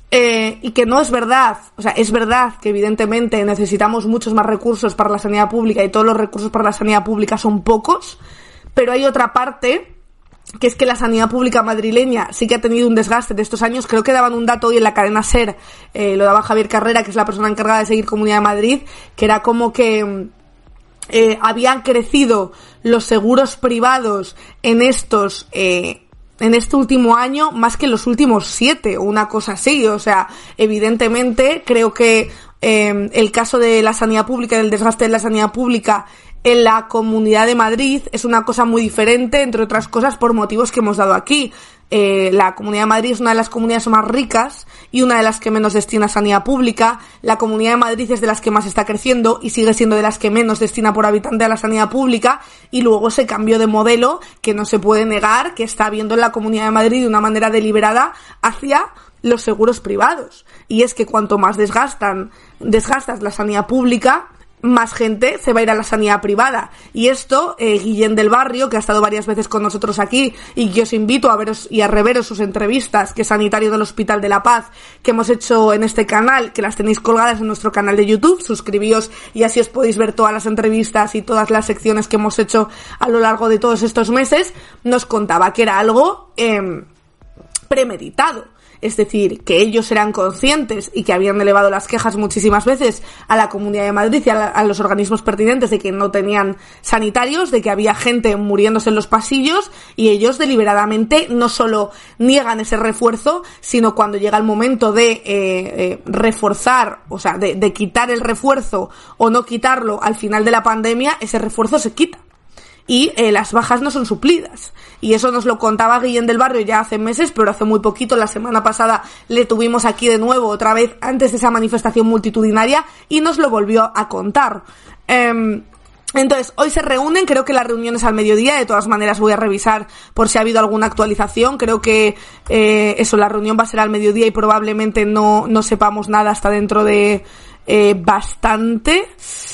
Eh, y que no es verdad, o sea, es verdad que evidentemente necesitamos muchos más recursos para la sanidad pública y todos los recursos para la sanidad pública son pocos, pero hay otra parte, que es que la sanidad pública madrileña sí que ha tenido un desgaste de estos años. Creo que daban un dato hoy en la cadena SER, eh, lo daba Javier Carrera, que es la persona encargada de seguir Comunidad de Madrid, que era como que eh, habían crecido los seguros privados en estos... Eh, en este último año más que en los últimos siete o una cosa así. O sea, evidentemente creo que eh, el caso de la sanidad pública, del desgaste de la sanidad pública en la Comunidad de Madrid es una cosa muy diferente, entre otras cosas por motivos que hemos dado aquí. Eh, la Comunidad de Madrid es una de las comunidades más ricas y una de las que menos destina a sanidad pública. La Comunidad de Madrid es de las que más está creciendo y sigue siendo de las que menos destina por habitante a la sanidad pública, y luego ese cambio de modelo que no se puede negar que está habiendo en la Comunidad de Madrid de una manera deliberada hacia los seguros privados. Y es que cuanto más desgastan, desgastas la sanidad pública, más gente se va a ir a la sanidad privada. Y esto, eh, Guillén del Barrio, que ha estado varias veces con nosotros aquí y que os invito a veros y a reveros sus entrevistas, que es sanitario del Hospital de la Paz, que hemos hecho en este canal, que las tenéis colgadas en nuestro canal de YouTube. Suscribíos y así os podéis ver todas las entrevistas y todas las secciones que hemos hecho a lo largo de todos estos meses. Nos contaba que era algo eh, premeditado. Es decir, que ellos eran conscientes y que habían elevado las quejas muchísimas veces a la Comunidad de Madrid y a, la, a los organismos pertinentes de que no tenían sanitarios, de que había gente muriéndose en los pasillos, y ellos deliberadamente no solo niegan ese refuerzo, sino cuando llega el momento de eh, eh, reforzar, o sea, de, de quitar el refuerzo o no quitarlo al final de la pandemia, ese refuerzo se quita. Y eh, las bajas no son suplidas. Y eso nos lo contaba Guillén del Barrio ya hace meses, pero hace muy poquito, la semana pasada, le tuvimos aquí de nuevo, otra vez, antes de esa manifestación multitudinaria, y nos lo volvió a contar. Eh, Entonces, hoy se reúnen, creo que la reunión es al mediodía, de todas maneras voy a revisar por si ha habido alguna actualización. Creo que eh, eso, la reunión va a ser al mediodía y probablemente no, no sepamos nada hasta dentro de eh, bastante...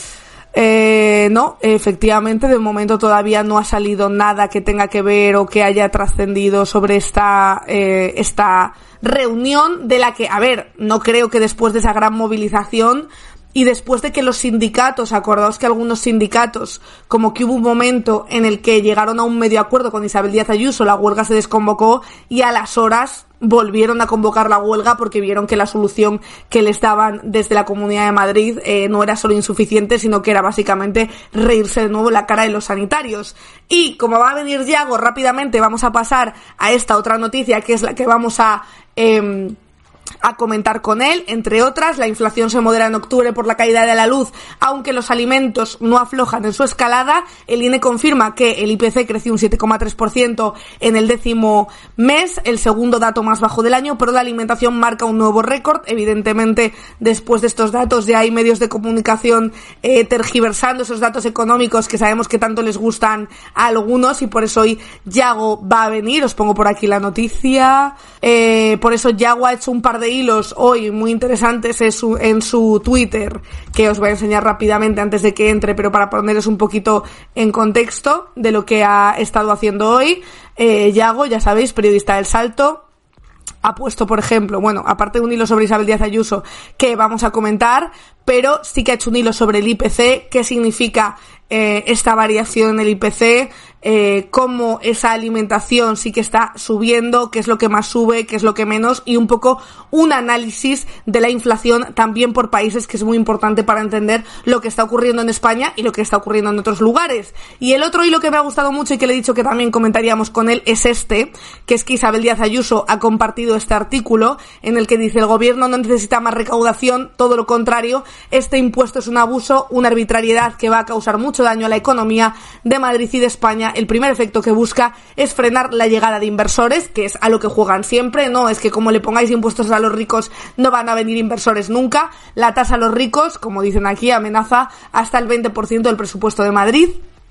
Eh, no, efectivamente, de momento todavía no ha salido nada que tenga que ver o que haya trascendido sobre esta, eh, esta reunión, de la que, a ver, no creo que después de esa gran movilización y después de que los sindicatos, acordaos que algunos sindicatos, como que hubo un momento en el que llegaron a un medio acuerdo con Isabel Díaz Ayuso, la huelga se desconvocó y a las horas volvieron a convocar la huelga porque vieron que la solución que les daban desde la Comunidad de Madrid eh, no era solo insuficiente, sino que era básicamente reírse de nuevo la cara de los sanitarios. Y como va a venir Yago, rápidamente vamos a pasar a esta otra noticia, que es la que vamos a... Eh, a comentar con él. Entre otras, la inflación se modera en octubre por la caída de la luz, aunque los alimentos no aflojan en su escalada. El I N E confirma que el I P C creció un siete coma tres por ciento en el décimo mes, el segundo dato más bajo del año, pero la alimentación marca un nuevo récord. Evidentemente, después de estos datos ya hay medios de comunicación eh, tergiversando esos datos económicos que sabemos que tanto les gustan a algunos, y por eso hoy Yago va a venir. Os pongo por aquí la noticia. Eh, por eso Yago ha hecho un par de hilos hoy muy interesantes en su, en su Twitter, que os voy a enseñar rápidamente antes de que entre, pero para poneros un poquito en contexto de lo que ha estado haciendo hoy. eh, Yago, ya sabéis, periodista del Salto, ha puesto, por ejemplo, bueno, aparte de un hilo sobre Isabel Díaz Ayuso que vamos a comentar, pero sí que ha hecho un hilo sobre el I P C, qué significa eh, esta variación en el I P C, eh, cómo esa alimentación sí que está subiendo, qué es lo que más sube, qué es lo que menos, y un poco un análisis de la inflación también por países, que es muy importante para entender lo que está ocurriendo en España y lo que está ocurriendo en otros lugares. Y el otro hilo que me ha gustado mucho y que le he dicho que también comentaríamos con él es este, que es que Isabel Díaz Ayuso ha compartido este artículo en el que dice: el gobierno no necesita más recaudación, todo lo contrario, este impuesto es un abuso, una arbitrariedad que va a causar mucho daño a la economía de Madrid y de España. El primer efecto que busca es frenar la llegada de inversores, que es a lo que juegan siempre, no es que como le pongáis impuestos a los ricos no van a venir inversores nunca. La tasa a los ricos, como dicen aquí, amenaza hasta el veinte por ciento del presupuesto de Madrid.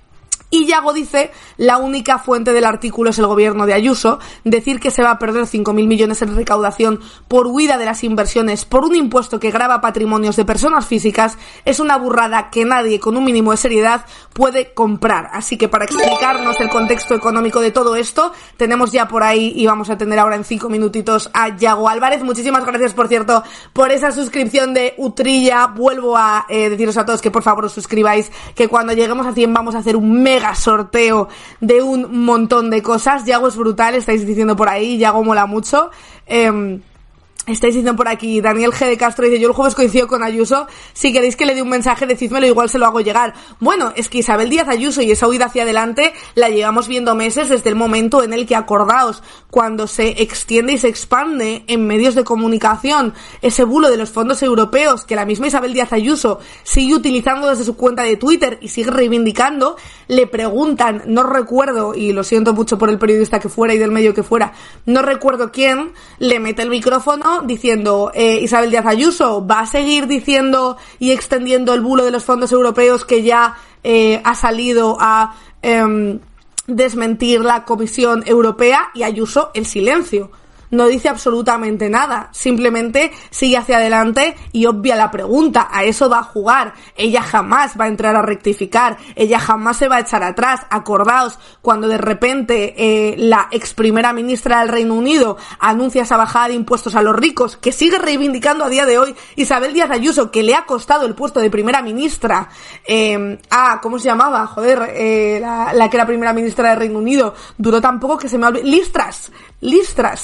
Y Yago dice, la única fuente del artículo es el gobierno de Ayuso. Decir que se va a perder cinco mil millones en recaudación por huida de las inversiones por un impuesto que grava patrimonios de personas físicas es una burrada que nadie con un mínimo de seriedad puede comprar. Así que para explicarnos el contexto económico de todo esto, tenemos ya por ahí, y vamos a tener ahora en cinco minutitos, a Yago Álvarez. Muchísimas gracias, por cierto, por esa suscripción de Utrilla. Vuelvo a eh, deciros a todos que por favor os suscribáis, que cuando lleguemos a cien vamos a hacer un mega sorteo de un montón de cosas. Yago es brutal, estáis diciendo por ahí, Yago mola mucho. Eh, Estáis diciendo por aquí, Daniel G. de Castro dice, yo el jueves coincido con Ayuso, si queréis que le dé un mensaje, decídmelo, igual se lo hago llegar. Bueno, es que Isabel Díaz Ayuso y esa huida hacia adelante la llevamos viendo meses desde el momento en el que, acordaos, cuando se extiende y se expande en medios de comunicación ese bulo de los fondos europeos que la misma Isabel Díaz Ayuso sigue utilizando desde su cuenta de Twitter y sigue reivindicando, le preguntan, no recuerdo, y lo siento mucho por el periodista que fuera y del medio que fuera, no recuerdo quién, le mete el micrófono diciendo, eh, Isabel Díaz Ayuso va a seguir diciendo y extendiendo el bulo de los fondos europeos que ya eh, ha salido a eh, desmentir la Comisión Europea, y Ayuso el silencio. No dice absolutamente nada, simplemente sigue hacia adelante y obvia la pregunta. A eso va a jugar. Ella jamás va a entrar a rectificar, ella jamás se va a echar atrás. Acordaos cuando de repente eh, la ex primera ministra del Reino Unido anuncia esa bajada de impuestos a los ricos, que sigue reivindicando a día de hoy Isabel Díaz Ayuso, que le ha costado el puesto de primera ministra eh, a, ¿cómo se llamaba? Joder, eh, la, la que era primera ministra del Reino Unido, duró tan poco que se me ha olvidado. Liz Truss, Liz Truss.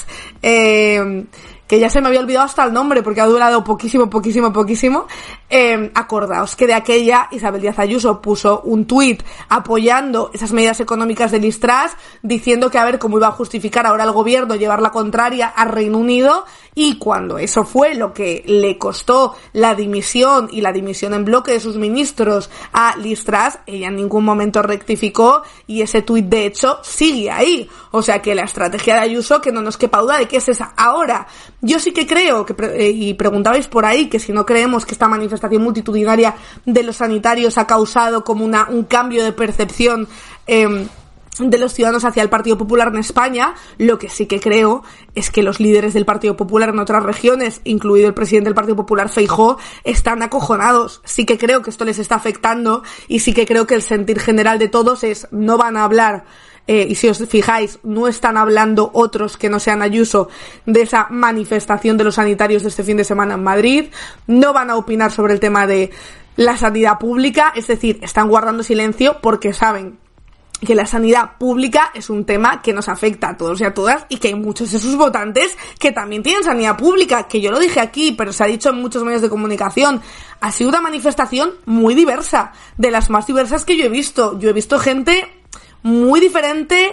Eh, que ya se me había olvidado hasta el nombre porque ha durado poquísimo, poquísimo, poquísimo. Eh, acordaos que de aquella Isabel Díaz Ayuso puso un tuit apoyando esas medidas económicas de Liz Truss, diciendo que a ver cómo iba a justificar ahora el gobierno llevar la contraria al Reino Unido, y cuando eso fue lo que le costó la dimisión y la dimisión en bloque de sus ministros a Liz Truss, ella en ningún momento rectificó y ese tuit de hecho sigue ahí. O sea que la estrategia de Ayuso, que no nos quepa duda de que es esa. Ahora, yo sí que creo, que eh, y preguntabais por ahí, que si no creemos que esta manifestación multitudinaria de los sanitarios ha causado como una un cambio de percepción eh, de los ciudadanos hacia el Partido Popular en España, lo que sí que creo es que los líderes del Partido Popular en otras regiones, incluido el presidente del Partido Popular, Feijóo, están acojonados. Sí que creo que esto les está afectando y sí que creo que el sentir general de todos es, no van a hablar. Eh, y si os fijáis, no están hablando otros que no sean Ayuso de esa manifestación de los sanitarios de este fin de semana en Madrid, no van a opinar sobre el tema de la sanidad pública, es decir, están guardando silencio porque saben que la sanidad pública es un tema que nos afecta a todos y a todas, y que hay muchos de sus votantes que también tienen sanidad pública, que yo lo dije aquí, pero se ha dicho en muchos medios de comunicación. Ha sido una manifestación muy diversa, de las más diversas que yo he visto. Yo he visto gente muy diferente,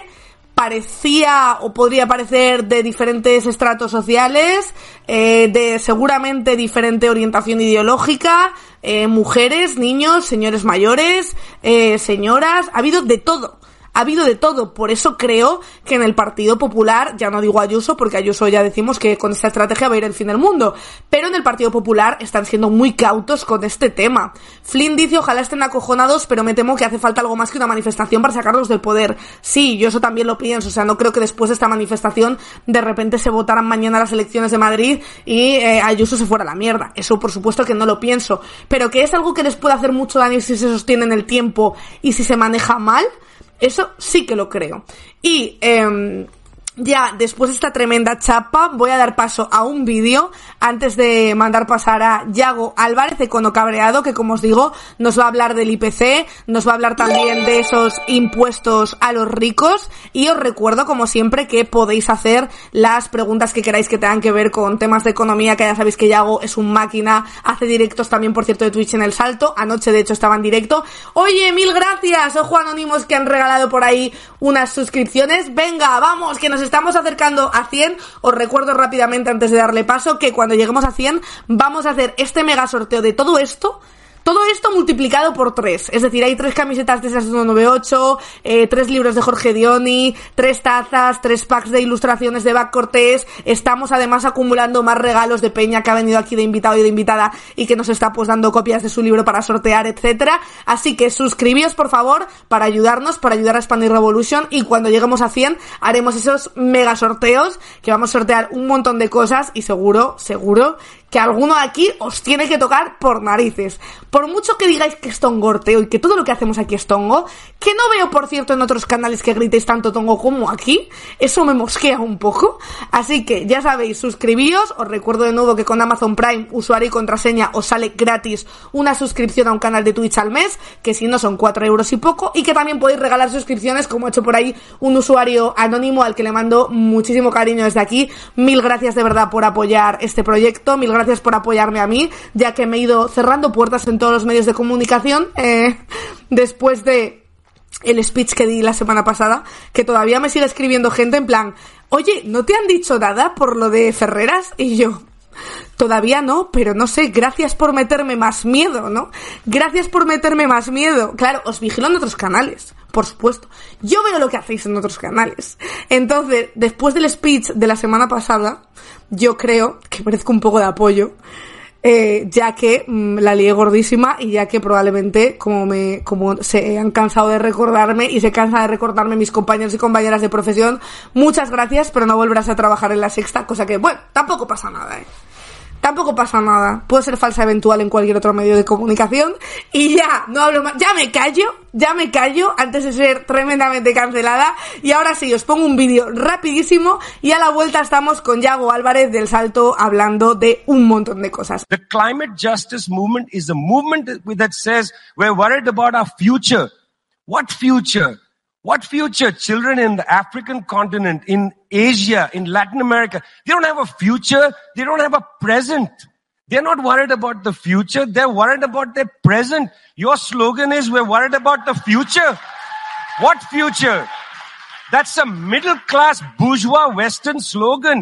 parecía o podría parecer de diferentes estratos sociales, eh, de seguramente diferente orientación ideológica, eh, mujeres, niños, señores mayores, eh, señoras, ha habido de todo. Ha habido de todo, por eso creo que en el Partido Popular, ya no digo Ayuso, porque Ayuso ya decimos que con esta estrategia va a ir el fin del mundo, pero en el Partido Popular están siendo muy cautos con este tema. Flynn dice, ojalá estén acojonados, pero me temo que hace falta algo más que una manifestación para sacarlos del poder. Sí, yo eso también lo pienso, o sea, no creo que después de esta manifestación de repente se votaran mañana las elecciones de Madrid y eh, Ayuso se fuera a la mierda. Eso por supuesto que no lo pienso, pero que es algo que les puede hacer mucho daño si se sostiene en el tiempo y si se maneja mal. Eso sí que lo creo. Y eh, ya después de esta tremenda chapa voy a dar paso a un vídeo antes de mandar pasar a Yago Álvarez, Econo Cabreado, que como os digo nos va a hablar del I P C, nos va a hablar también de esos impuestos a los ricos, y os recuerdo como siempre que podéis hacer las preguntas que queráis que tengan que ver con temas de economía, que ya sabéis que Yago es un máquina, hace directos también por cierto de Twitch en El Salto, anoche de hecho estaba en directo. Oye, mil gracias, ojo anónimos que han regalado por ahí unas suscripciones. Venga, vamos, que nos estamos acercando a cien. Os recuerdo rápidamente antes de darle paso que cuando lleguemos a cien vamos a hacer este mega sorteo de todo esto, Todo esto multiplicado por tres. Es decir, hay tres camisetas de esas ciento noventa y ocho, eh, tres libros de Jorge Dioni, tres tazas, tres packs de ilustraciones de Bac Cortés. Estamos además acumulando más regalos de peña que ha venido aquí de invitado y de invitada y que nos está pues dando copias de su libro para sortear, etcétera. Así que suscribíos, por favor, para ayudarnos, para ayudar a Spanish Revolution, y cuando lleguemos a cien haremos esos mega sorteos, que vamos a sortear un montón de cosas y seguro, seguro que alguno de aquí os tiene que tocar por narices. Por mucho que digáis que es tongorteo y que todo lo que hacemos aquí es tongo, que no veo, por cierto, en otros canales que gritéis tanto tongo como aquí, eso me mosquea un poco. Así que ya sabéis, suscribíos. Os recuerdo de nuevo que con Amazon Prime, usuario y contraseña, os sale gratis una suscripción a un canal de Twitch al mes, que si no son cuatro euros y poco, y que también podéis regalar suscripciones, como ha hecho por ahí un usuario anónimo al que le mando muchísimo cariño desde aquí. Mil gracias de verdad por apoyar este proyecto, mil gracias por apoyarme a mí, ya que me he ido cerrando puertas en todos los medios de comunicación eh, después de el speech que di la semana pasada, que todavía me sigue escribiendo gente en plan, oye, ¿no te han dicho nada por lo de Ferreras? Y yo, todavía no, pero no sé, gracias por meterme más miedo, ¿no? Gracias por meterme más miedo. Claro, os vigilo en otros canales, por supuesto. Yo veo lo que hacéis en otros canales. Entonces, después del speech de la semana pasada, yo creo que merezco un poco de apoyo, eh, ya que mmm, la lié gordísima y ya que probablemente, como me como se han cansado de recordarme y se cansa de recordarme mis compañeros y compañeras de profesión, muchas gracias, pero no volverás a trabajar en La Sexta, cosa que, bueno, tampoco pasa nada, ¿eh? Tampoco pasa nada. Puedo ser falsa eventual en cualquier otro medio de comunicación. Y ya, no hablo más. Ya me callo, ya me callo antes de ser tremendamente cancelada. Y ahora sí, os pongo un vídeo rapidísimo y a la vuelta estamos con Yago Álvarez del Salto hablando de un montón de cosas. The climate justice movement is a movement that says we're worried about our future. What future? What future? Children in the African continent, in Asia, in Latin America, they don't have a future. They don't have a present. They're not worried about the future. They're worried about their present. Your slogan is, we're worried about the future. What future? That's a middle-class bourgeois Western slogan.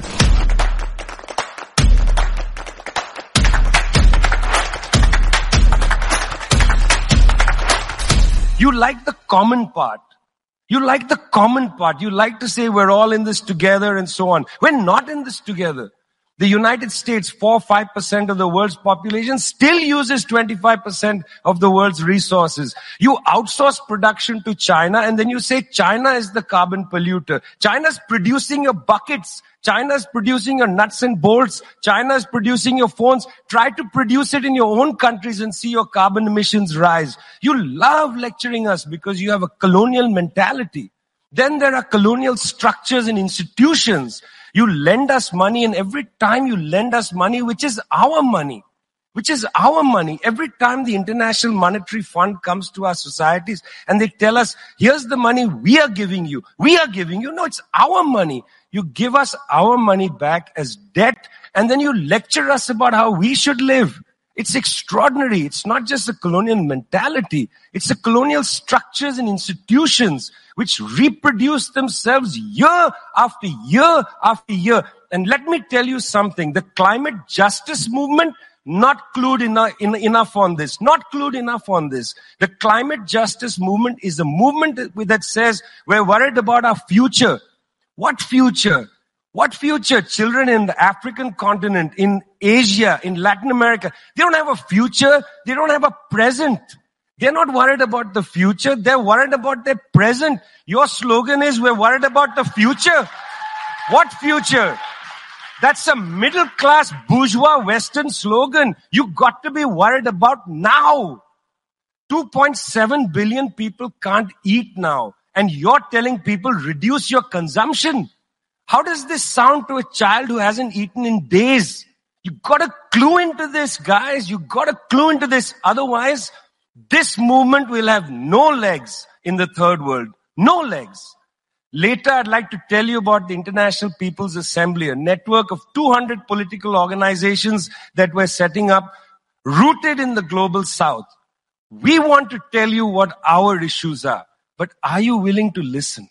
You like the common part. You like the common part. You like to say we're all in this together and so on. We're not in this together. The United States, four or five percent of the world's population, still uses twenty-five percent of the world's resources. You outsource production to China and then you say China is the carbon polluter. China's producing your buckets. China's producing your nuts and bolts. China's producing your phones. Try to produce it in your own countries and see your carbon emissions rise. You love lecturing us because you have a colonial mentality. Then there are colonial structures and institutions. You lend us money, and every time you lend us money, which is our money, which is our money, every time the International Monetary Fund comes to our societies and they tell us, here's the money we are giving you. We are giving you. No, it's our money. You give us our money back as debt, and then you lecture us about how we should live. It's extraordinary. It's not just a colonial mentality. It's the colonial structures and institutions which reproduce themselves year after year after year. And let me tell you something. The climate justice movement, not clued enough, in, enough on this. Not clued enough on this. The climate justice movement is a movement that, that says we're worried about our future. What future? What future? Children in the African continent, in Asia, in Latin America, they don't have a future. They don't have a present. They're not worried about the future. They're worried about their present. Your slogan is, we're worried about the future. What future? That's a middle-class bourgeois Western slogan. You got to be worried about now. two point seven billion people can't eat now. And you're telling people, reduce your consumption. How does this sound to a child who hasn't eaten in days? You gotta clue into this, guys. You gotta clue into this. Otherwise, this movement will have no legs in the third world. No legs. Later, I'd like to tell you about the International People's Assembly, a network of two hundred political organizations that we're setting up, rooted in the global south. We want to tell you what our issues are. But are you willing to listen?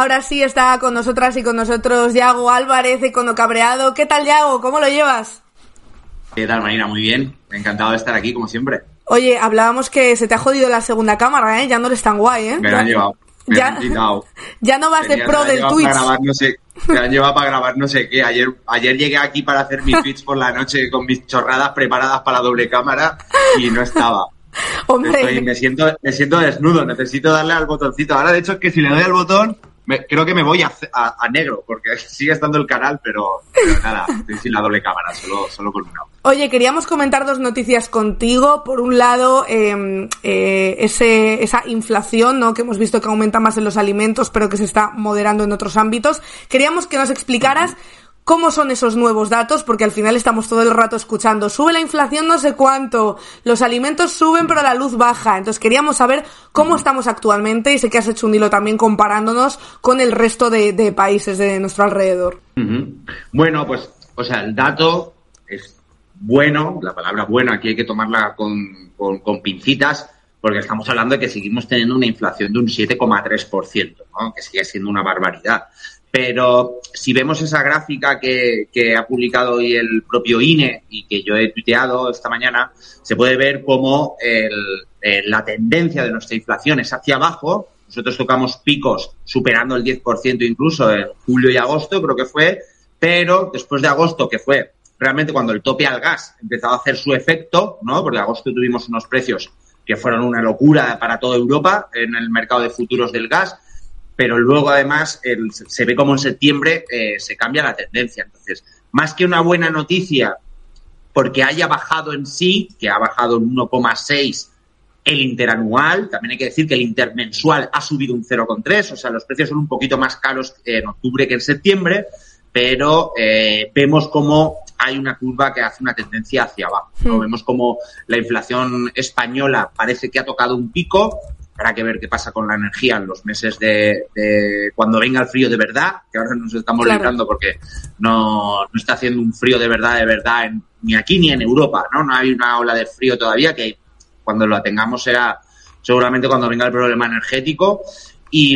ahora sí está con nosotras y con nosotros Yago Álvarez, Econo Cabreado. ¿Qué tal, Yago? ¿Cómo lo llevas? ¿Qué tal, Marina? Muy bien. Encantado de estar aquí, como siempre. Oye, hablábamos que se te ha jodido la segunda cámara, ¿eh? Ya no eres tan guay, ¿eh? Me la han llevado. Me ya, han quitado. Ya no vas Tenía, de pro del Twitch. Para grabar, no sé, me han llevado para grabar no sé qué. Ayer, ayer llegué aquí para hacer mi Twitch por la noche con mis chorradas preparadas para la doble cámara y no estaba. Hombre. Estoy, me siento, me siento desnudo, necesito darle al botoncito. Ahora, de hecho, es que si le doy al botón, me, creo que me voy a, a, a negro, porque sigue estando el canal, pero, pero nada, estoy sin la doble cámara, solo, solo con una. Oye, queríamos comentar dos noticias contigo. Por un lado, eh, eh, ese, esa inflación, ¿no?, que hemos visto que aumenta más en los alimentos, pero que se está moderando en otros ámbitos. Queríamos que nos explicaras cómo son esos nuevos datos, porque al final estamos todo el rato escuchando, sube la inflación no sé cuánto, los alimentos suben pero la luz baja. Entonces queríamos saber cómo estamos actualmente, y sé que has hecho un hilo también comparándonos con el resto de, de países de nuestro alrededor. Uh-huh. Bueno, pues, o sea, el dato es bueno, la palabra bueno aquí hay que tomarla con, con, con pincitas, porque estamos hablando de que seguimos teniendo una inflación de un siete coma tres por ciento, ¿no?, que sigue siendo una barbaridad. Pero si vemos esa gráfica que, que ha publicado hoy el propio I N E y que yo he tuiteado esta mañana, se puede ver cómo el, el, la tendencia de nuestra inflación es hacia abajo. Nosotros tocamos picos superando el diez por ciento incluso en julio y agosto, creo que fue, pero después de agosto, que fue realmente cuando el tope al gas empezó a hacer su efecto, ¿no?, porque en agosto tuvimos unos precios que fueron una locura para toda Europa en el mercado de futuros del gas, pero luego además el, se ve como en septiembre eh, se cambia la tendencia. Entonces, más que una buena noticia porque haya bajado en sí, que ha bajado en uno coma seis el interanual, también hay que decir que el intermensual ha subido un cero coma tres, o sea, los precios son un poquito más caros en octubre que en septiembre, pero eh, vemos como hay una curva que hace una tendencia hacia abajo, ¿no? Mm. Vemos como la inflación española parece que ha tocado un pico. Habrá que ver qué pasa con la energía en los meses de, de cuando venga el frío de verdad, que ahora nos estamos claro. librando porque no, no está haciendo un frío de verdad, de verdad, en, ni aquí ni en Europa, ¿no? No hay una ola de frío todavía, que cuando lo tengamos será seguramente cuando venga el problema energético. Y,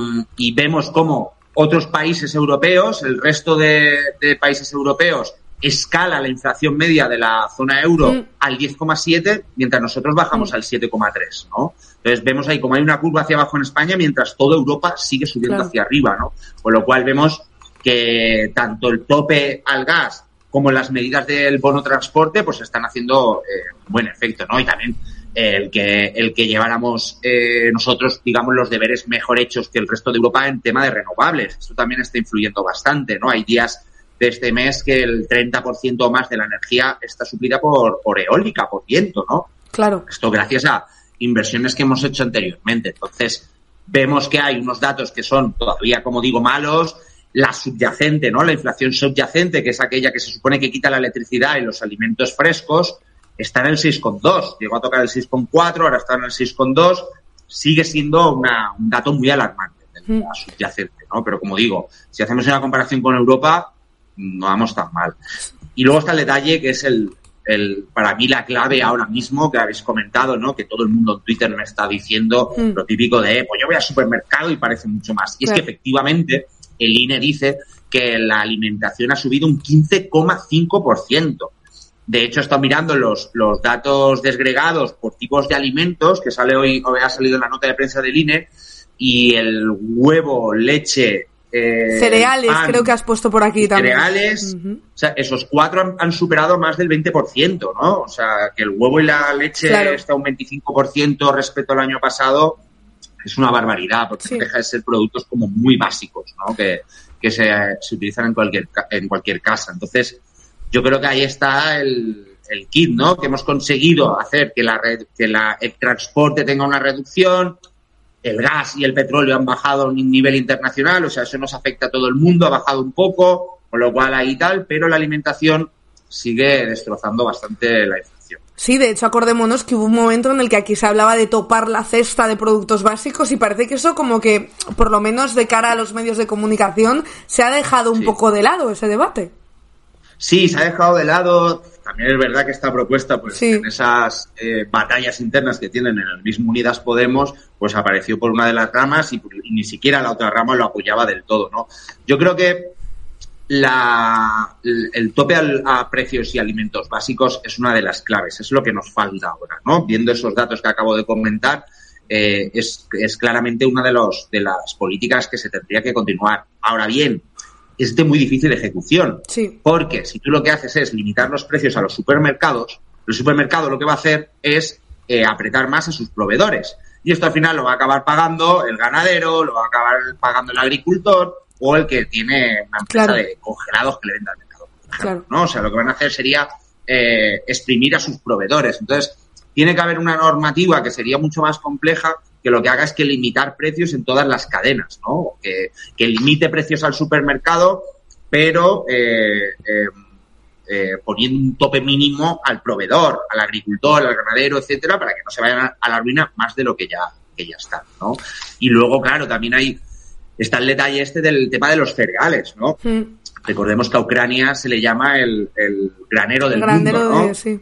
y vemos cómo otros países europeos, el resto de, de países europeos, escala la inflación media de la zona euro mm. al diez coma siete, mientras nosotros bajamos mm. al siete coma tres, ¿no? Entonces vemos ahí como hay una curva hacia abajo en España, mientras toda Europa sigue subiendo claro. hacia arriba, ¿no? Con lo cual vemos que tanto el tope al gas como las medidas del bono transporte pues están haciendo eh, un buen efecto, ¿no? Y también eh, el que el que lleváramos eh, nosotros, digamos, los deberes mejor hechos que el resto de Europa en tema de renovables. Esto también está influyendo bastante, ¿no? Hay días de este mes que el treinta por ciento más de la energía está suplida por, por eólica, por viento, ¿no? Claro. Esto gracias a inversiones que hemos hecho anteriormente. Entonces, vemos que hay unos datos que son todavía, como digo, malos. La subyacente, ¿no? La inflación subyacente, que es aquella que se supone que quita la electricidad y los alimentos frescos, está en el seis coma dos. Llegó a tocar el seis coma cuatro, ahora está en el seis coma dos. Sigue siendo una, un dato muy alarmante de la subyacente, ¿no? Pero como digo, si hacemos una comparación con Europa, no vamos tan mal. Y luego está el detalle que es el, el para mí la clave ahora mismo, que habéis comentado, ¿no? Que todo el mundo en Twitter me está diciendo mm. lo típico de, pues yo voy al supermercado y parece mucho más. Y claro. es que efectivamente el I N E dice que la alimentación ha subido un quince coma cinco por ciento. De hecho, he estado mirando los, los datos desgregados por tipos de alimentos, que sale hoy, hoy ha salido en la nota de prensa del I N E, y el huevo, leche, Eh, cereales, pan, creo que has puesto por aquí también. Cereales, uh-huh. o sea, esos cuatro han, han superado más del veinte por ciento, ¿no? O sea, que el huevo y la leche claro. está un veinticinco por ciento respecto al año pasado, es una barbaridad, porque sí. deja de ser productos como muy básicos, ¿no? Que, que se, se utilizan en cualquier, en cualquier casa. Entonces, yo creo que ahí está el, el kit, ¿no? Que hemos conseguido hacer que la red, que la, el transporte tenga una reducción. El gas y el petróleo han bajado a un nivel internacional, o sea, eso nos afecta a todo el mundo, ha bajado un poco, con lo cual ahí tal, pero la alimentación sigue destrozando bastante la inflación. Sí, de hecho, acordémonos que hubo un momento en el que aquí se hablaba de topar la cesta de productos básicos y parece que eso como que, por lo menos de cara a los medios de comunicación, se ha dejado un sí. poco de lado ese debate. Sí, se ha dejado de lado. también es verdad que esta propuesta, pues sí. en esas eh, batallas internas que tienen en el mismo Unidas Podemos, pues apareció por una de las ramas y, y ni siquiera la otra rama lo apoyaba del todo, ¿no? Yo creo que la, el, el tope al, a precios y alimentos básicos es una de las claves, es lo que nos falta ahora, ¿no? Viendo esos datos que acabo de comentar, eh, es, es claramente una de, los, de las políticas que se tendría que continuar. Ahora bien, es de muy difícil ejecución, sí. porque si tú lo que haces es limitar los precios a los supermercados, el supermercado lo que va a hacer es eh, apretar más a sus proveedores. Y esto al final lo va a acabar pagando el ganadero, lo va a acabar pagando el agricultor o el que tiene una empresa claro. de congelados que le venda al mercado. Claro. ¿No? O sea, lo que van a hacer sería eh, exprimir a sus proveedores. Entonces, tiene que haber una normativa que sería mucho más compleja, que lo que haga es que limitar precios en todas las cadenas, ¿no? Que, que limite precios al supermercado, pero eh, eh, eh, poniendo un tope mínimo al proveedor, al agricultor, al ganadero, etcétera, para que no se vayan a la ruina más de lo que ya, que ya están, ¿no? Y luego, claro, también hay está el detalle este del tema de los cereales, ¿no? Mm. Recordemos que a Ucrania se le llama el, el granero del el granero mundo, ¿no? De, sí.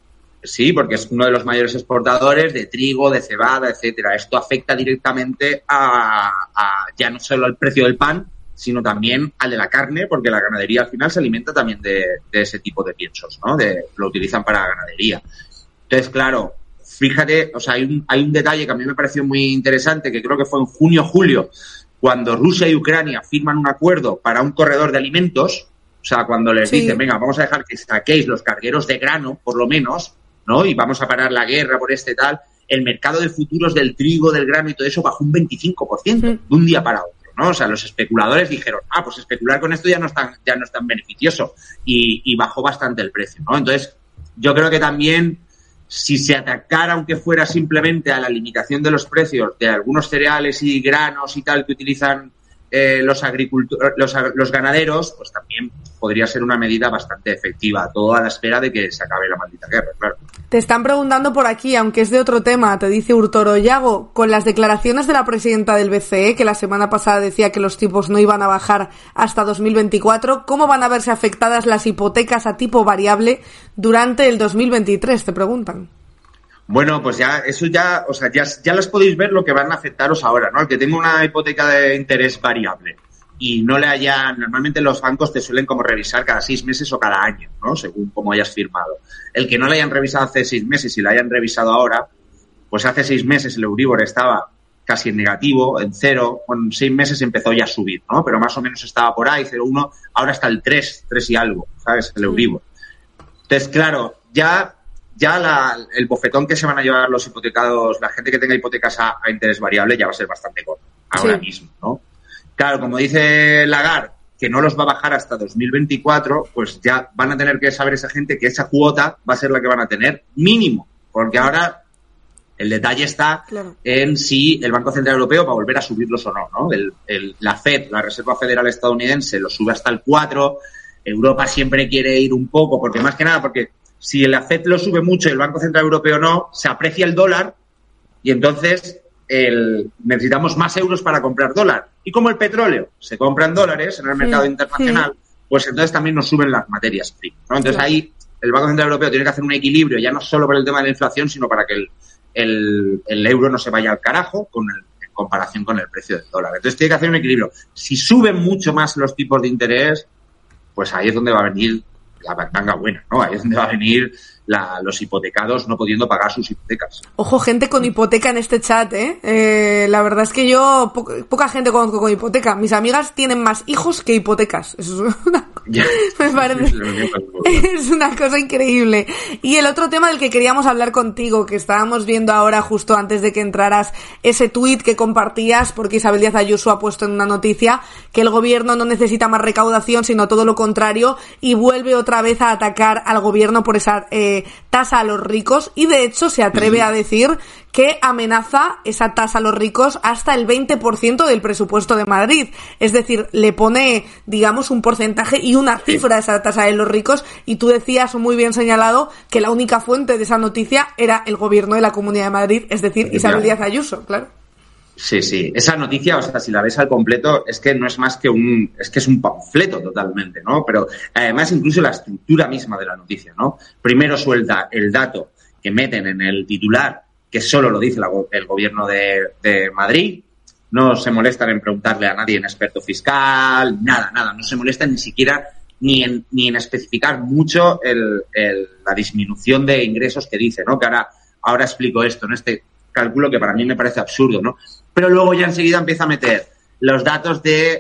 Sí, porque es uno de los mayores exportadores de trigo, de cebada, etcétera. Esto afecta directamente a, a ya no solo al precio del pan, sino también al de la carne, porque la ganadería al final se alimenta también de, de ese tipo de piensos, ¿no? De, lo utilizan para ganadería. Entonces, claro, fíjate, o sea, hay un, hay un detalle que a mí me pareció muy interesante, que creo que fue en junio o julio, cuando Rusia y Ucrania firman un acuerdo para un corredor de alimentos, o sea, cuando les sí. dicen, venga, vamos a dejar que saquéis los cargueros de grano, por lo menos, ¿no? Y vamos a parar la guerra por este tal, el mercado de futuros del trigo, del grano y todo eso bajó un veinticinco por ciento de un día para otro, ¿no? O sea, los especuladores dijeron, ah, pues especular con esto ya no es tan, ya no es tan beneficioso y, y bajó bastante el precio, ¿no? Entonces, yo creo que también si se atacara, aunque fuera simplemente a la limitación de los precios de algunos cereales y granos y tal que utilizan eh, los agricultores, los, los ganaderos, pues también podría ser una medida bastante efectiva, todo a la espera de que se acabe la maldita guerra, claro. Te están preguntando por aquí, aunque es de otro tema, te dice Urtoro, Yago, con las declaraciones de la presidenta del B C E, que la semana pasada decía que los tipos no iban a bajar hasta dos mil veinticuatro, ¿cómo van a verse afectadas las hipotecas a tipo variable durante el dos mil veintitrés? Te preguntan. Bueno, pues ya, eso ya, o sea, ya, ya las podéis ver lo que van a afectaros ahora, ¿no? El que tenga una hipoteca de interés variable y no le haya, normalmente los bancos te suelen como revisar cada seis meses o cada año, ¿no? Según cómo hayas firmado. El que no le hayan revisado hace seis meses y la hayan revisado ahora, pues hace seis meses el Euribor estaba casi en negativo, en cero, con seis meses empezó ya a subir, ¿no? Pero más o menos estaba por ahí, cero coma uno, ahora está el tres, tres y algo, ¿sabes? El Euribor. Entonces, claro, ya... ya la, el bofetón que se van a llevar los hipotecados, la gente que tenga hipotecas a, a interés variable ya va a ser bastante corto, ahora sí. mismo, ¿no? Claro, como dice Lagarde, que no los va a bajar hasta dos mil veinticuatro, pues ya van a tener que saber esa gente que esa cuota va a ser la que van a tener mínimo, porque ahora el detalle está claro. en si el Banco Central Europeo va a volver a subirlos o no, ¿no? El, el, la Fed, la Reserva Federal Estadounidense, lo sube hasta el cuatro, Europa siempre quiere ir un poco, porque más que nada, porque si la Fed lo sube mucho y el Banco Central Europeo no, se aprecia el dólar y entonces el, necesitamos más euros para comprar dólar. Y como el petróleo se compra en dólares en el mercado sí, internacional, sí. pues entonces también nos suben las materias primas, ¿no? Entonces sí. ahí el Banco Central Europeo tiene que hacer un equilibrio, ya no solo por el tema de la inflación, sino para que el, el, el euro no se vaya al carajo con el, en comparación con el precio del dólar. Entonces tiene que hacer un equilibrio. Si suben mucho más los tipos de interés, pues ahí es donde va a venir la pantanga buena, ¿no? Ahí es donde va a venir la, los hipotecados no pudiendo pagar sus hipotecas. Ojo, gente con hipoteca en este chat, ¿eh? eh la verdad es que yo, po poca gente conozco con hipoteca. Mis amigas tienen más hijos que hipotecas. Eso es una cosa, ya, me parece, es una cosa increíble. Y el otro tema del que queríamos hablar contigo, que estábamos viendo ahora justo antes de que entraras, ese tuit que compartías, porque Isabel Díaz Ayuso ha puesto en una noticia que el gobierno no necesita más recaudación, sino todo lo contrario, y vuelve otra vez a atacar al gobierno por esa eh, tasa a los ricos, y de hecho se atreve a decir que amenaza esa tasa a los ricos hasta el veinte por ciento del presupuesto de Madrid. Es decir, le pone, digamos, un porcentaje y una cifra a esa tasa de los ricos, y tú decías muy bien señalado que la única fuente de esa noticia era el gobierno de la Comunidad de Madrid, es decir, Isabel Díaz Ayuso, claro. Sí, sí. Esa noticia, o sea, si la ves al completo, es que no es más que un, es que es un panfleto totalmente, ¿no? Pero además incluso la estructura misma de la noticia, ¿no? Primero suelta el dato que meten en el titular, que solo lo dice la, el gobierno de, de Madrid. No se molestan en preguntarle a nadie, en experto fiscal, nada, nada. No se molestan ni siquiera ni en, ni en especificar mucho el, el, la disminución de ingresos que dice, ¿no? Que ahora, ahora explico esto, ¿no? Este cálculo que para mí me parece absurdo, ¿no? Pero luego ya enseguida empieza a meter los datos de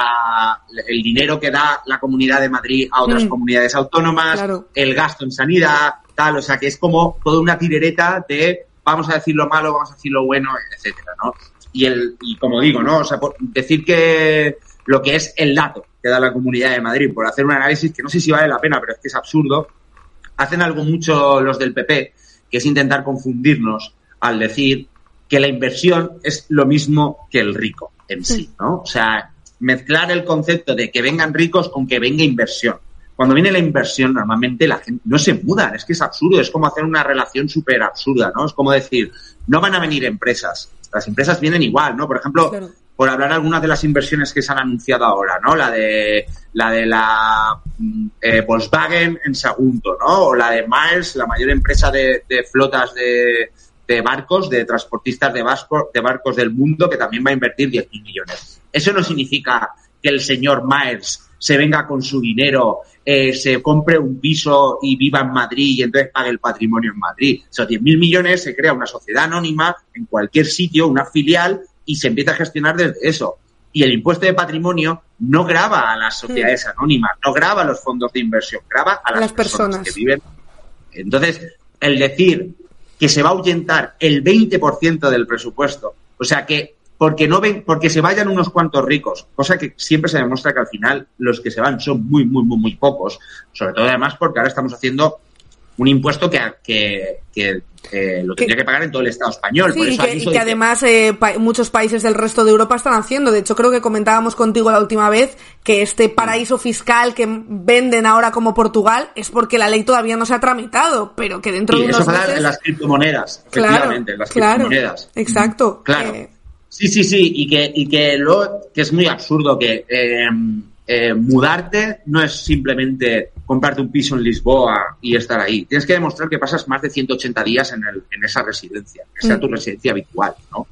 la, el dinero que da la Comunidad de Madrid a otras mm. comunidades autónomas, claro. El gasto en sanidad, tal, o sea que es como toda una tirereta de vamos a decir lo malo, vamos a decir lo bueno, etcétera, ¿no? Y el, y como digo, ¿no? O sea, por decir que lo que es el dato que da la Comunidad de Madrid, por hacer un análisis que no sé si vale la pena, pero es que es absurdo, hacen algo mucho los del P P, que es intentar confundirnos al decir que la inversión es lo mismo que el rico en sí, ¿no? O sea, mezclar el concepto de que vengan ricos con que venga inversión. Cuando viene la inversión, normalmente la gente no se muda, es que es absurdo, es como hacer una relación súper absurda, ¿no? Es como decir, no van a venir empresas, las empresas vienen igual, ¿no? Por ejemplo, claro. Por hablar algunas de las inversiones que se han anunciado ahora, ¿no? La de la de la eh, Volkswagen en Sagunto, ¿no? O la de Maersk, la mayor empresa de, de flotas de, de barcos, de transportistas de, vasco, de barcos del mundo, que también va a invertir diez mil millones. Eso no significa que el señor Maersk se venga con su dinero, eh, se compre un piso y viva en Madrid y entonces pague el patrimonio en Madrid. Esos diez mil millones se crea una sociedad anónima en cualquier sitio, una filial, y se empieza a gestionar desde eso. Y el impuesto de patrimonio no grava a las sociedades anónimas, no grava a los fondos de inversión, grava a las, las personas. personas que viven. Entonces, el decir que se va a ahuyentar el veinte por ciento del presupuesto, o sea que porque no ven, porque se vayan unos cuantos ricos, cosa que siempre se demuestra que al final los que se van son muy, muy, muy, muy pocos, sobre todo además porque ahora estamos haciendo un impuesto que, que, que eh, lo tendría que pagar en todo el Estado español. Sí, por eso y que, y que además eh, pa- muchos países del resto de Europa están haciendo. De hecho, creo que comentábamos contigo la última vez que este paraíso fiscal que venden ahora como Portugal es porque la ley todavía no se ha tramitado, pero que dentro sí, de unos eso meses... eso en las criptomonedas, efectivamente, claro, en las claro, criptomonedas. Exacto. Claro. Eh... Sí, sí, sí, y que, y que lo que es muy absurdo que eh, eh, mudarte no es simplemente comprarte un piso en Lisboa y estar ahí. Tienes que demostrar que pasas más de ciento ochenta días en, el, en esa residencia, que sea mm. tu residencia habitual, ¿no?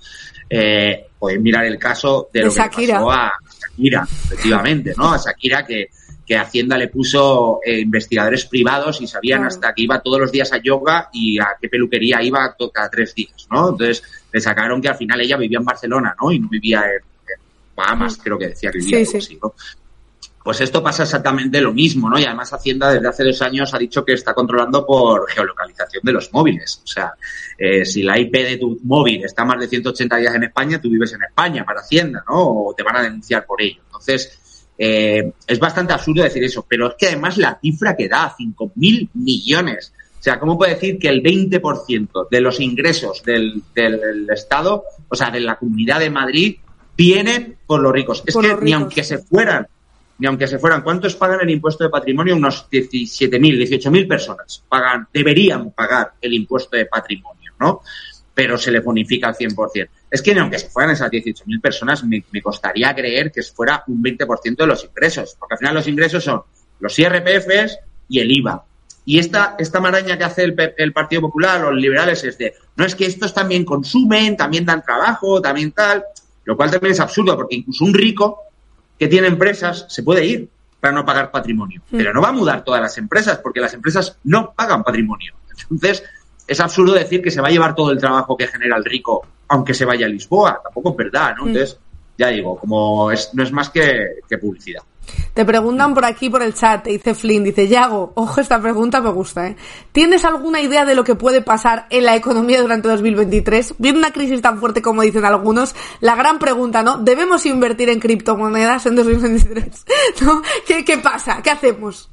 Eh, podéis mirar el caso de, de lo Shakira. que pasó a Shakira, efectivamente, ¿no? A Shakira que, que Hacienda le puso eh, investigadores privados y sabían claro. hasta que iba todos los días a yoga y a qué peluquería iba cada tres días, ¿no? Entonces le sacaron que al final ella vivía en Barcelona, ¿no? Y no vivía en, en Bahamas, creo que decía que vivía. Sí, sí. ¿no? Pues esto pasa exactamente lo mismo, ¿no? Y además Hacienda desde hace dos años ha dicho que está controlando por geolocalización de los móviles. O sea, eh, si la I P de tu móvil está más de ciento ochenta días en España, tú vives en España para Hacienda, ¿no? O te van a denunciar por ello. Entonces, eh, es bastante absurdo decir eso, pero es que además la cifra que da, cinco mil millones. O sea, ¿cómo puede decir que el veinte por ciento de los ingresos del, del Estado, o sea, de la Comunidad de Madrid, vienen por los ricos? Es por que ni aunque se fueran, ni aunque se fueran, ¿cuántos pagan el impuesto de patrimonio? Unos diecisiete mil, dieciocho mil personas pagan, deberían pagar el impuesto de patrimonio, ¿no? Pero se le bonifica al cien por ciento. Es que ni aunque se fueran esas dieciocho mil personas, me, me costaría creer que fuera un veinte por ciento de los ingresos, porque al final los ingresos son los I R P Fs y el I V A. Y esta, esta maraña que hace el, el Partido Popular, los liberales, es de, no es que estos también consumen, también dan trabajo, también tal, lo cual también es absurdo, porque incluso un rico que tiene empresas se puede ir para no pagar patrimonio, mm. pero no va a mudar todas las empresas, porque las empresas no pagan patrimonio. Entonces, es absurdo decir que se va a llevar todo el trabajo que genera el rico, aunque se vaya a Lisboa, tampoco es verdad, ¿no? Mm. Entonces, ya digo, como es, no es más que, que publicidad. Te preguntan por aquí, por el chat, te dice Flynn, dice, Yago, ojo, esta pregunta me gusta, ¿eh? ¿Tienes alguna idea de lo que puede pasar en la economía durante dos mil veintitrés? Viene una crisis tan fuerte como dicen algunos. La gran pregunta, ¿no? ¿Debemos invertir en criptomonedas en dos mil veintitrés? ¿No? ¿Qué, qué pasa? ¿Qué hacemos?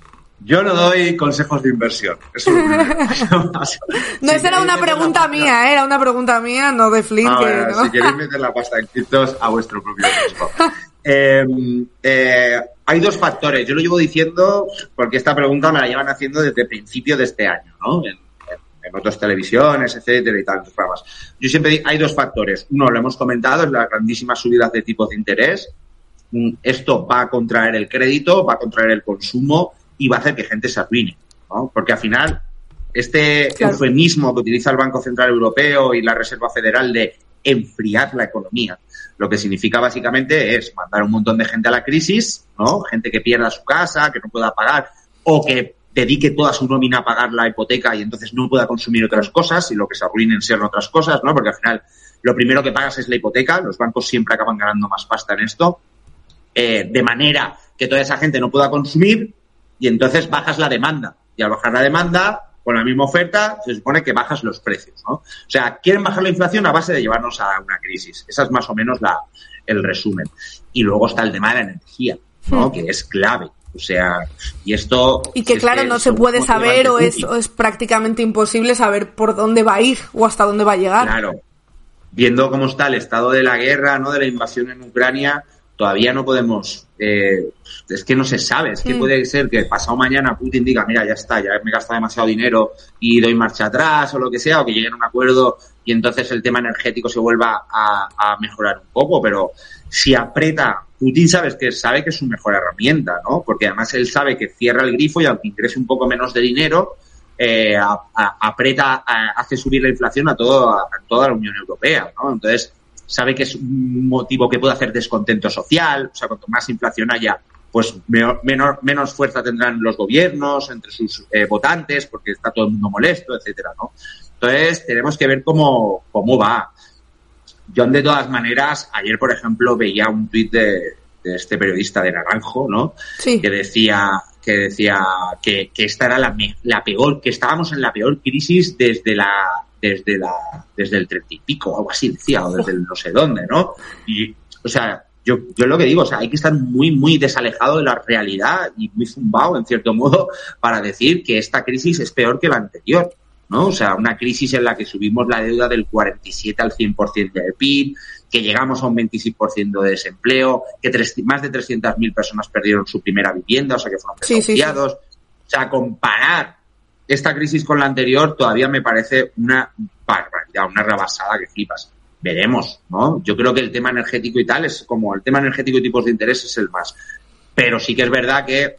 Yo no doy consejos de inversión. Eso no, no, esa era una pregunta mía, ¿eh? Era una pregunta mía, no de Flynn. Ah, que, bueno, ¿no? Si queréis meter la pasta en criptos, a vuestro propio riesgo. Eh, eh, hay dos factores. Yo lo llevo diciendo porque esta pregunta me la llevan haciendo desde el principio de este año, ¿no? En, en en otras televisiones, etcétera y tantos programas. Yo siempre digo, hay dos factores. Uno, lo hemos comentado, es las grandísimas subidas de tipos de interés. Esto va a contraer el crédito, va a contraer el consumo y va a hacer que gente se arruine, ¿no? Porque al final, este claro. eufemismo que utiliza el Banco Central Europeo y la Reserva Federal de enfriar la economía, lo que significa básicamente es mandar un montón de gente a la crisis, ¿no? Gente que pierda su casa, que no pueda pagar o que dedique toda su nómina a pagar la hipoteca y entonces no pueda consumir otras cosas y lo que se arruinen sean otras cosas, ¿no? Porque al final lo primero que pagas es la hipoteca, los bancos siempre acaban ganando más pasta en esto, eh, de manera que toda esa gente no pueda consumir y entonces bajas la demanda. Y al bajar la demanda, con la misma oferta, se supone que bajas los precios, ¿no? O sea, quieren bajar la inflación a base de llevarnos a una crisis. Esa es más o menos la, el resumen. Y luego está el tema de la energía, ¿no? Hmm. Que es clave. O sea, y esto... Y que, claro, que no se puede saber o es, o es prácticamente imposible saber por dónde va a ir o hasta dónde va a llegar. Claro. Viendo cómo está el estado de la guerra, ¿no? De la invasión en Ucrania, todavía no podemos... Eh, es que no se sabe. Es que mm. puede ser que pasado mañana Putin diga, mira, ya está, ya me he gastado demasiado dinero y doy marcha atrás o lo que sea, o que lleguen a un acuerdo y entonces el tema energético se vuelva a, a mejorar un poco, pero... Si aprieta, Putin sabes que sabe que es su mejor herramienta, ¿no? Porque además él sabe que cierra el grifo y aunque ingrese un poco menos de dinero, eh, a, a, aprieta, a, hace subir la inflación a, todo, a, a toda la Unión Europea, ¿no? Entonces sabe que es un motivo que puede hacer descontento social, o sea, cuanto más inflación haya, pues menor, menor, menos fuerza tendrán los gobiernos entre sus eh, votantes, porque está todo el mundo molesto, etcétera, ¿no? Entonces tenemos que ver cómo, cómo va. Yo, de todas maneras, ayer, por ejemplo, veía un tuit de, de este periodista de Naranjo, ¿no? Sí. Que decía que decía que, que esta era la, la peor, que estábamos en la peor crisis desde la desde la desde el treinta y pico, algo así decía, o desde el no sé dónde, ¿no? Y, o sea, yo yo lo que digo, o sea, hay que estar muy muy desalejado de la realidad y muy zumbado, en cierto modo, para decir que esta crisis es peor que la anterior, ¿no? O sea, una crisis en la que subimos la deuda del cuarenta y siete al cien por ciento del P I B, que llegamos a un veintiséis por ciento de desempleo, que tres, más de trescientas mil personas perdieron su primera vivienda, o sea, que fueron desahuciados. Sí, sí, sí. O sea, comparar esta crisis con la anterior todavía me parece una barbaridad, una rebasada que flipas. Veremos, ¿no? Yo creo que el tema energético y tal es como el tema energético y tipos de interés es el más. Pero sí que es verdad que...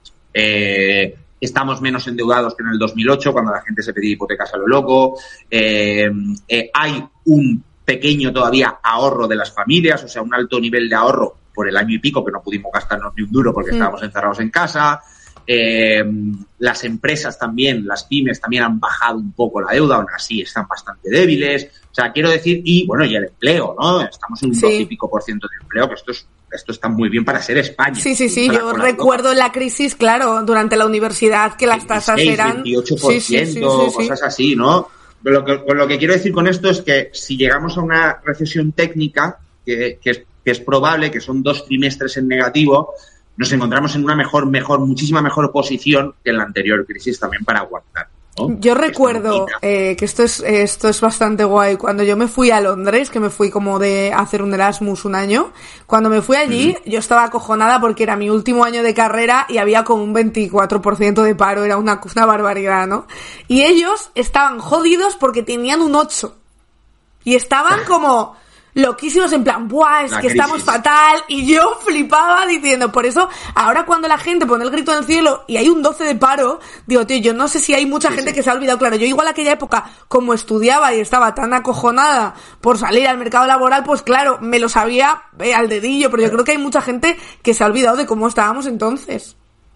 Eh, estamos menos endeudados que en el dos mil ocho, cuando la gente se pedía hipotecas a lo loco. Eh, eh, hay un pequeño todavía ahorro de las familias, o sea, un alto nivel de ahorro por el año y pico que no pudimos gastarnos ni un duro porque mm. estábamos encerrados en casa. Eh, las empresas también, las pymes también han bajado un poco la deuda, aún así están bastante débiles. O sea, quiero decir, y bueno, y el empleo, ¿no? Estamos en un sí. dos y pico por ciento de empleo, que esto es Esto está muy bien para ser España. Sí, sí, sí. Yo recuerdo en la crisis, claro, durante la universidad, que las tasas eran... veintiocho por ciento, sí, sí, sí, sí, cosas sí. así, ¿no? Lo que, lo que quiero decir con esto es que si llegamos a una recesión técnica, que, que, es, que es probable, que son dos trimestres en negativo, nos encontramos en una mejor, mejor, muchísima mejor posición que en la anterior crisis también para aguantar, ¿no? Yo recuerdo eh, que esto es esto es bastante guay. Cuando yo me fui a Londres, que me fui como de hacer un Erasmus un año, cuando me fui allí, uh-huh. yo estaba acojonada porque era mi último año de carrera y había como un veinticuatro por ciento de paro, era una, una barbaridad, ¿no? Y ellos estaban jodidos porque tenían un ocho. Y estaban como... loquísimos en plan, ¡buah! Es la que crisis. Estamos fatal. Y yo flipaba diciendo, por eso, ahora cuando la gente pone el grito en el cielo y hay un doce de paro, digo, tío, yo no sé si hay mucha sí, gente sí. que se ha olvidado. Claro, yo igual aquella época, como estudiaba y estaba tan acojonada por salir al mercado laboral, pues claro, me lo sabía eh, al dedillo, pero yo creo que hay mucha gente que se ha olvidado de cómo estábamos entonces.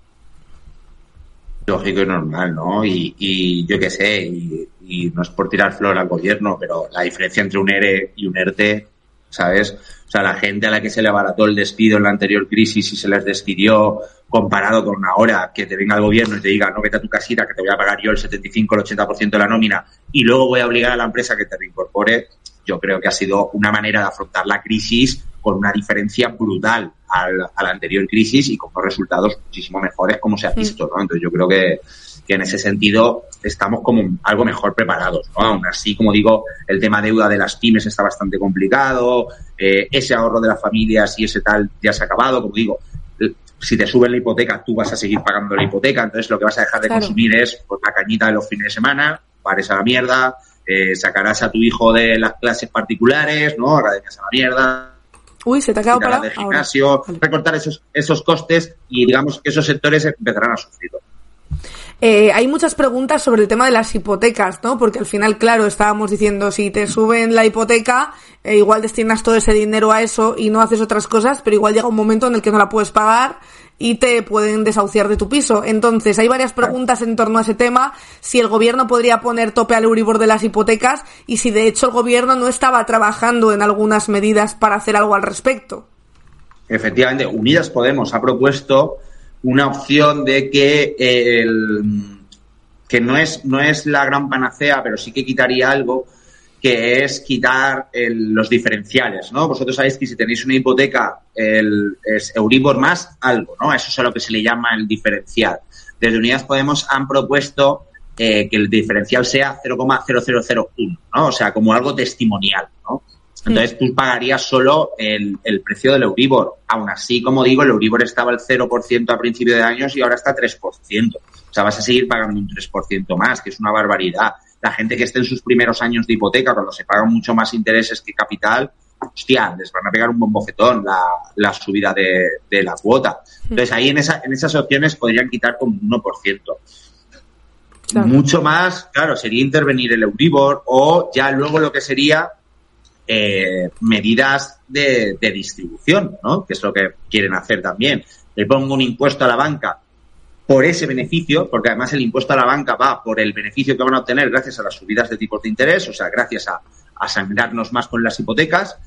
Lógico y normal, ¿no? Y, y yo qué sé, y, y no es por tirar flor al gobierno, pero la diferencia entre un E R E y un ERTE, ¿sabes? O sea, la gente a la que se le abarató el despido en la anterior crisis y se les despidió comparado con ahora que te venga el gobierno y te diga, no, vete a tu casita que te voy a pagar yo el setenta y cinco, el ochenta por ciento de la nómina y luego voy a obligar a la empresa que te reincorpore, yo creo que ha sido una manera de afrontar la crisis con una diferencia brutal al, a la anterior crisis y con unos resultados muchísimo mejores como se ha visto, ¿no? Entonces yo creo que, que en ese sentido estamos como algo mejor preparados, ¿no? Aún así, como digo, el tema deuda de las pymes está bastante complicado, eh, ese ahorro de las familias y ese tal ya se ha acabado, como digo, si te suben la hipoteca tú vas a seguir pagando la hipoteca, entonces lo que vas a dejar de claro. consumir es pues, la cañita de los fines de semana, pares a la mierda, eh, sacarás a tu hijo de las clases particulares, ¿no? Academias a la mierda. Uy, se te ha quedado quitarás parado. de gimnasio, Vale. recortar esos, esos costes y digamos que esos sectores empezarán a sufrirlo. Eh, hay muchas preguntas sobre el tema de las hipotecas, ¿no? Porque al final, claro, estábamos diciendo, si te suben la hipoteca, eh, igual destinas todo ese dinero a eso y no haces otras cosas, pero igual llega un momento en el que no la puedes pagar y te pueden desahuciar de tu piso. Entonces, hay varias preguntas en torno a ese tema, si el gobierno podría poner tope al Euribor de las hipotecas y si de hecho el gobierno no estaba trabajando en algunas medidas para hacer algo al respecto. Efectivamente, Unidas Podemos ha propuesto una opción de que eh, el, que no es no es la gran panacea, pero sí que quitaría algo, que es quitar el, los diferenciales, ¿no? Vosotros sabéis que si tenéis una hipoteca, el, es Euribor más algo, ¿no? Eso es a lo que se le llama el diferencial. Desde Unidas Podemos han propuesto eh, que el diferencial sea cero coma cero cero cero uno, ¿no? O sea, como algo testimonial, ¿no? Entonces tú pagarías solo el, el precio del Euribor. Aún así, como digo, el Euribor estaba al cero por ciento a principio de años y ahora está tres por ciento. O sea, vas a seguir pagando un tres por ciento más, que es una barbaridad. La gente que esté en sus primeros años de hipoteca, cuando se pagan mucho más intereses que capital, hostia, les van a pegar un bombofetón la, la subida de, de la cuota. Entonces ahí en, esa, en esas opciones podrían quitar como un uno por ciento. Claro. Mucho más, claro, sería intervenir el Euribor o ya luego lo que sería Eh, medidas de, de distribución, ¿no? Que es lo que quieren hacer también. Le pongo un impuesto a la banca por ese beneficio, porque además el impuesto a la banca va por el beneficio que van a obtener gracias a las subidas de tipos de interés, o sea, gracias a, a sangrarnos más con las hipotecas,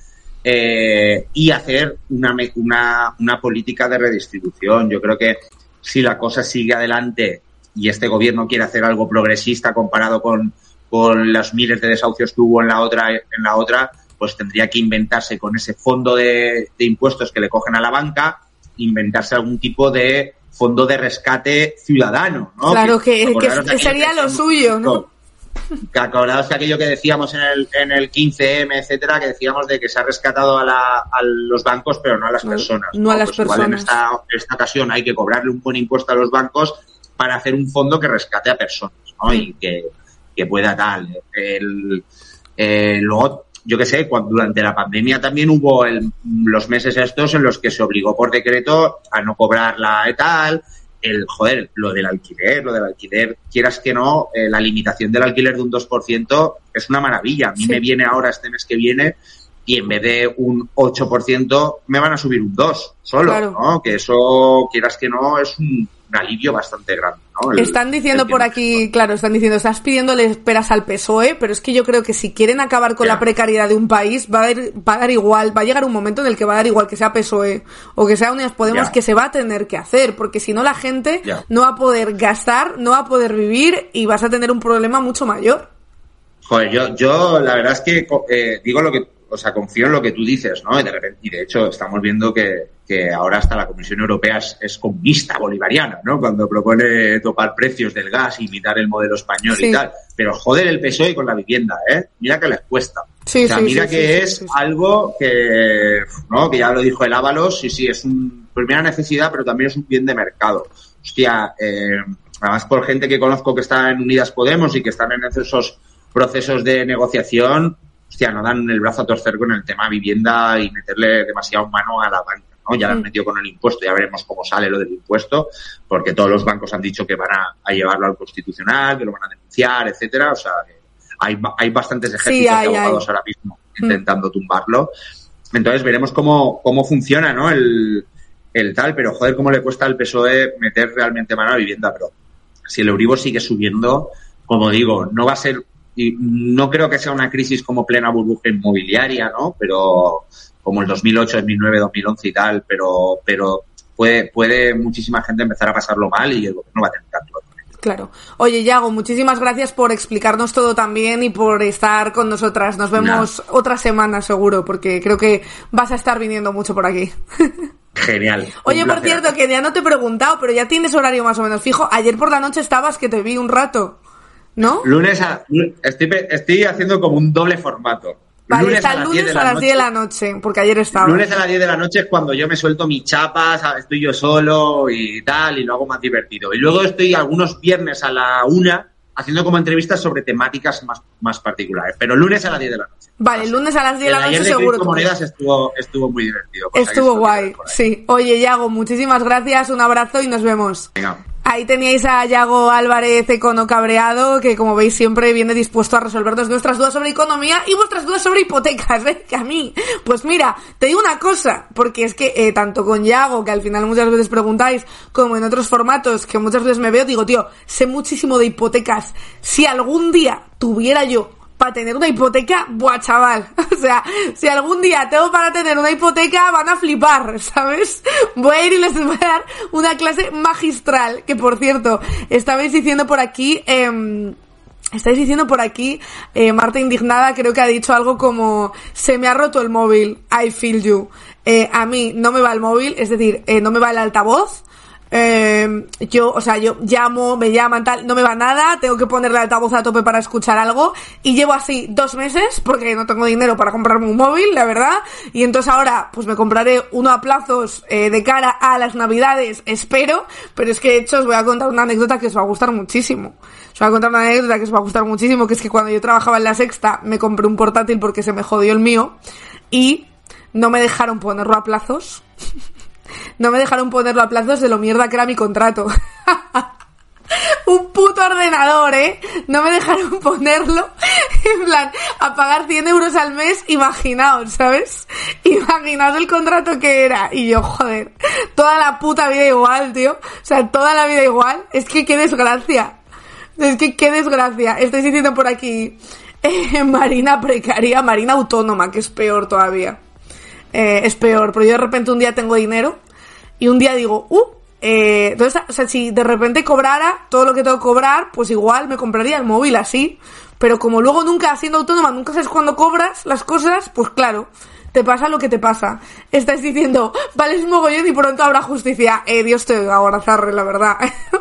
eh, y hacer una, una, una política de redistribución. Yo creo que si la cosa sigue adelante y este gobierno quiere hacer algo progresista comparado con, con los miles de desahucios que hubo en la otra, en la otra, pues tendría que inventarse con ese fondo de, de impuestos que le cogen a la banca, inventarse algún tipo de fondo de rescate ciudadano, ¿no? Claro, que, que, que sería que, lo suyo, ¿no? Que acordaos que aquello que decíamos en el, en el quince eme, etcétera, que decíamos de que se ha rescatado a, la, a los bancos, pero no a las no, personas. No, no a las pues personas. Igual en esta, esta ocasión hay que cobrarle un buen impuesto a los bancos para hacer un fondo que rescate a personas, ¿no? Y que, que pueda tal. El, eh, luego, yo qué sé, cuando, durante la pandemia también hubo el, los meses estos en los que se obligó por decreto a no cobrarla y tal. El, joder, lo del alquiler, lo del alquiler, quieras que no, eh, la limitación del alquiler de un dos por ciento es una maravilla. A mí sí. Me viene ahora este mes que viene y en vez de un ocho por ciento me van a subir un dos solo, claro. ¿No? Que eso, quieras que no, es un, un alivio bastante grande, ¿no? El, están diciendo por aquí, no. Claro, están diciendo, estás pidiéndole esperas al P S O E, pero es que yo creo que si quieren acabar con yeah. la precariedad de un país, va a, dar, va a dar igual, va a llegar un momento en el que va a dar igual que sea P S O E o que sea Unidas Podemos, yeah. que se va a tener que hacer, porque si no la gente yeah. no va a poder gastar, no va a poder vivir y vas a tener un problema mucho mayor. Joder, yo, yo la verdad es que eh, digo lo que, o sea, confío en lo que tú dices, ¿no? Y de repente, y de hecho estamos viendo que, que ahora hasta la Comisión Europea es, es comunista bolivariana, ¿no? Cuando propone topar precios del gas, imitar el modelo español sí. y tal. Pero joder el P S O E con la vivienda, ¿eh? Mira que les cuesta. Sí, o sea, sí, mira sí, que sí, es sí, sí. algo que, ¿no? Que ya lo dijo el Ábalos, sí, sí, es una primera necesidad, pero también es un bien de mercado. Hostia, eh, además por gente que conozco que está en Unidas Podemos y que están en esos procesos de negociación, hostia, no dan el brazo a torcer con el tema vivienda y meterle demasiado mano a la banca, ¿no? Ya lo han metido con el impuesto, ya veremos cómo sale lo del impuesto, porque todos los bancos han dicho que van a, a llevarlo al Constitucional, que lo van a denunciar, etcétera. O sea, hay, hay bastantes ejércitos sí, hay, de abogados hay. ahora mismo intentando mm. tumbarlo. Entonces veremos cómo, cómo funciona, ¿no? El, el tal, pero joder, cómo le cuesta al P S O E meter realmente mano a la vivienda. Pero si el Euribor sigue subiendo, como digo, no va a ser... Y no creo que sea una crisis como plena burbuja inmobiliaria, ¿no? Pero como el dos mil ocho, dos mil nueve, dos mil once y tal, pero pero puede puede muchísima gente empezar a pasarlo mal y el gobierno va a tener que actuar. Claro. Oye, Yago, muchísimas gracias por explicarnos todo también y por estar con nosotras. Nos vemos nah. otra semana seguro, porque creo que vas a estar viniendo mucho por aquí. Genial. Oye, por cierto, que ya no te he preguntado, pero ya tienes horario más o menos fijo. Ayer por la noche estabas, que te vi un rato. ¿No? Lunes a, estoy, estoy haciendo como un doble formato. Vale, lunes está el lunes a las diez de la noche, porque ayer estaba. Lunes a las diez de la noche es cuando yo me suelto mis chapas, estoy yo solo y tal, y lo hago más divertido. Y luego estoy algunos viernes a la una haciendo como entrevistas sobre temáticas más, más particulares. Pero lunes a las diez de la noche. Vale, el lunes a las diez de la noche seguro. El ayer de criptomonedas estuvo, estuvo muy divertido. Estuvo guay, sí. Oye, Yago, muchísimas gracias, un abrazo y nos vemos. Venga. Ahí teníais a Yago Álvarez, Econo Cabreado, que como veis siempre viene dispuesto a resolvernos nuestras dudas sobre economía y vuestras dudas sobre hipotecas, ¿eh? Que a mí, pues mira, te digo una cosa, porque es que eh, tanto con Yago, que al final muchas veces preguntáis, como en otros formatos que muchas veces me veo, digo, tío, sé muchísimo de hipotecas. Si algún día tuviera yo para tener una hipoteca, buah, chaval, o sea, si algún día tengo para tener una hipoteca, van a flipar, ¿sabes? Voy a ir y les voy a dar una clase magistral, que por cierto, estabais diciendo por aquí, eh, estáis diciendo por aquí, eh, Marta Indignada creo que ha dicho algo como, se me ha roto el móvil, I feel you. Eh, a mí no me va el móvil, es decir, eh, no me va el altavoz. Eh, yo, o sea, yo llamo, me llaman tal, no me va nada, tengo que ponerle altavoz a tope para escuchar algo y llevo así dos meses porque no tengo dinero para comprarme un móvil, la verdad, y entonces ahora pues me compraré uno a plazos eh, de cara a las navidades, espero, pero es que de hecho os voy a contar una anécdota que os va a gustar muchísimo. Os voy a contar una anécdota que os va a gustar muchísimo, que es que cuando yo trabajaba en La Sexta me compré un portátil porque se me jodió el mío y no me dejaron ponerlo a plazos. No me dejaron ponerlo a plazos de lo mierda que era mi contrato. Un puto ordenador, ¿eh? No me dejaron ponerlo. En plan, a pagar cien euros al mes, imaginaos, ¿sabes? Imaginaos el contrato que era. Y yo, joder, toda la puta vida igual, tío. O sea, toda la vida igual. Es que qué desgracia. Es que qué desgracia. Estáis diciendo por aquí, eh, Marina precaria, Marina autónoma, que es peor todavía. Eh, es peor, pero yo de repente un día tengo dinero y un día digo, uh, eh, entonces, o sea, si de repente cobrara todo lo que tengo que cobrar, pues igual me compraría el móvil así, pero como luego nunca, siendo autónoma, nunca sabes cuándo cobras las cosas, pues claro, te pasa lo que te pasa. Estáis diciendo, vale, es mogollón y pronto habrá justicia. Eh, Dios te oiga, Gorazarre, la verdad.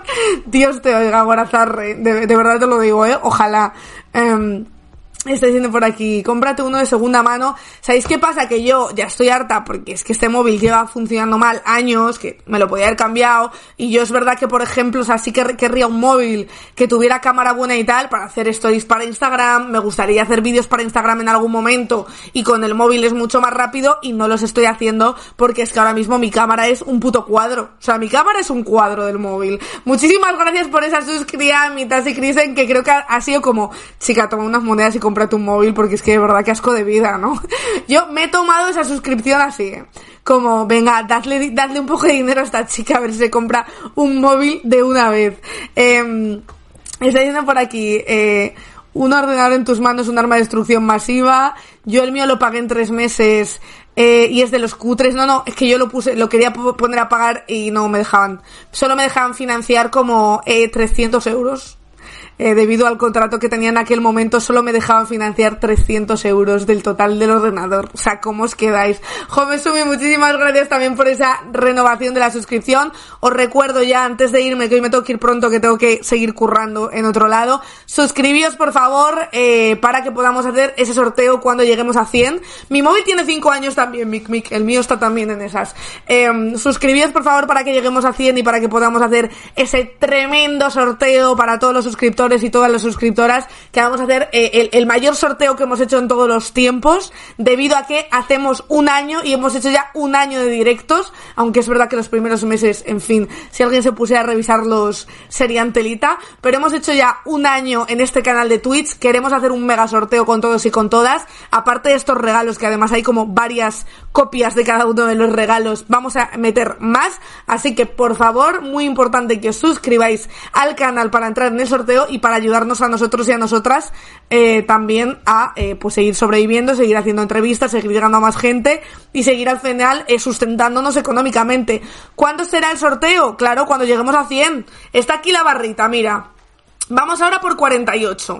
Dios te oiga, Gorazarre, de, de verdad te lo digo, eh, ojalá. Eh, Está diciendo por aquí, cómprate uno de segunda mano. ¿Sabéis qué pasa? Que yo ya estoy harta porque es que este móvil lleva funcionando mal años, que me lo podía haber cambiado, y yo es verdad que, por ejemplo, o sea, sí que querría un móvil que tuviera cámara buena y tal para hacer stories para Instagram, me gustaría hacer vídeos para Instagram en algún momento y con el móvil es mucho más rápido y no los estoy haciendo porque es que ahora mismo mi cámara es un puto cuadro. O sea, mi cámara es un cuadro del móvil. Muchísimas gracias por esa suscripción, mi Tasi Krisen, que creo que ha, ha sido como, chica, toma unas monedas y cómprate un móvil porque es que de verdad que asco de vida, ¿no? Yo me he tomado esa suscripción así, ¿eh? Como, venga, dadle, dadle un poco de dinero a esta chica a ver si se compra un móvil de una vez. Eh, está diciendo por aquí, eh, un ordenador en tus manos, un arma de destrucción masiva. Yo el mío lo pagué en tres meses eh, y es de los cutres. No, no, es que yo lo puse, lo quería poner a pagar y no me dejaban. Solo me dejaban financiar como eh, trescientos euros. Eh, debido al contrato que tenía en aquel momento, solo me dejaban financiar trescientos euros del total del ordenador. O sea, ¿cómo os quedáis? Joven Sumi, muchísimas gracias también por esa renovación de la suscripción. Os recuerdo ya, antes de irme, que hoy me tengo que ir pronto, que tengo que seguir currando en otro lado. Suscribíos, por favor, eh, para que podamos hacer ese sorteo cuando lleguemos a cien. Mi móvil tiene cinco años también, Mic Mic. El mío está también en esas. Eh, suscribíos, por favor, para que lleguemos a cien y para que podamos hacer ese tremendo sorteo para todos los suscriptores y todas las suscriptoras, que vamos a hacer eh, el, el mayor sorteo que hemos hecho en todos los tiempos, debido a que hacemos un año y hemos hecho ya un año de directos, aunque es verdad que los primeros meses, en fin, si alguien se pusiera a revisarlos serían telita, pero hemos hecho ya un año en este canal de Twitch. Queremos hacer un mega sorteo con todos y con todas, aparte de estos regalos, que además hay como varias copias de cada uno de los regalos, vamos a meter más, así que por favor, muy importante que os suscribáis al canal para entrar en el sorteo y para ayudarnos a nosotros y a nosotras eh, también a eh, pues seguir sobreviviendo, seguir haciendo entrevistas, seguir llegando a más gente y seguir al final eh, sustentándonos económicamente. ¿Cuándo será el sorteo? Claro, cuando lleguemos a cien. Está aquí la barrita, mira. Vamos ahora por cuarenta y ocho.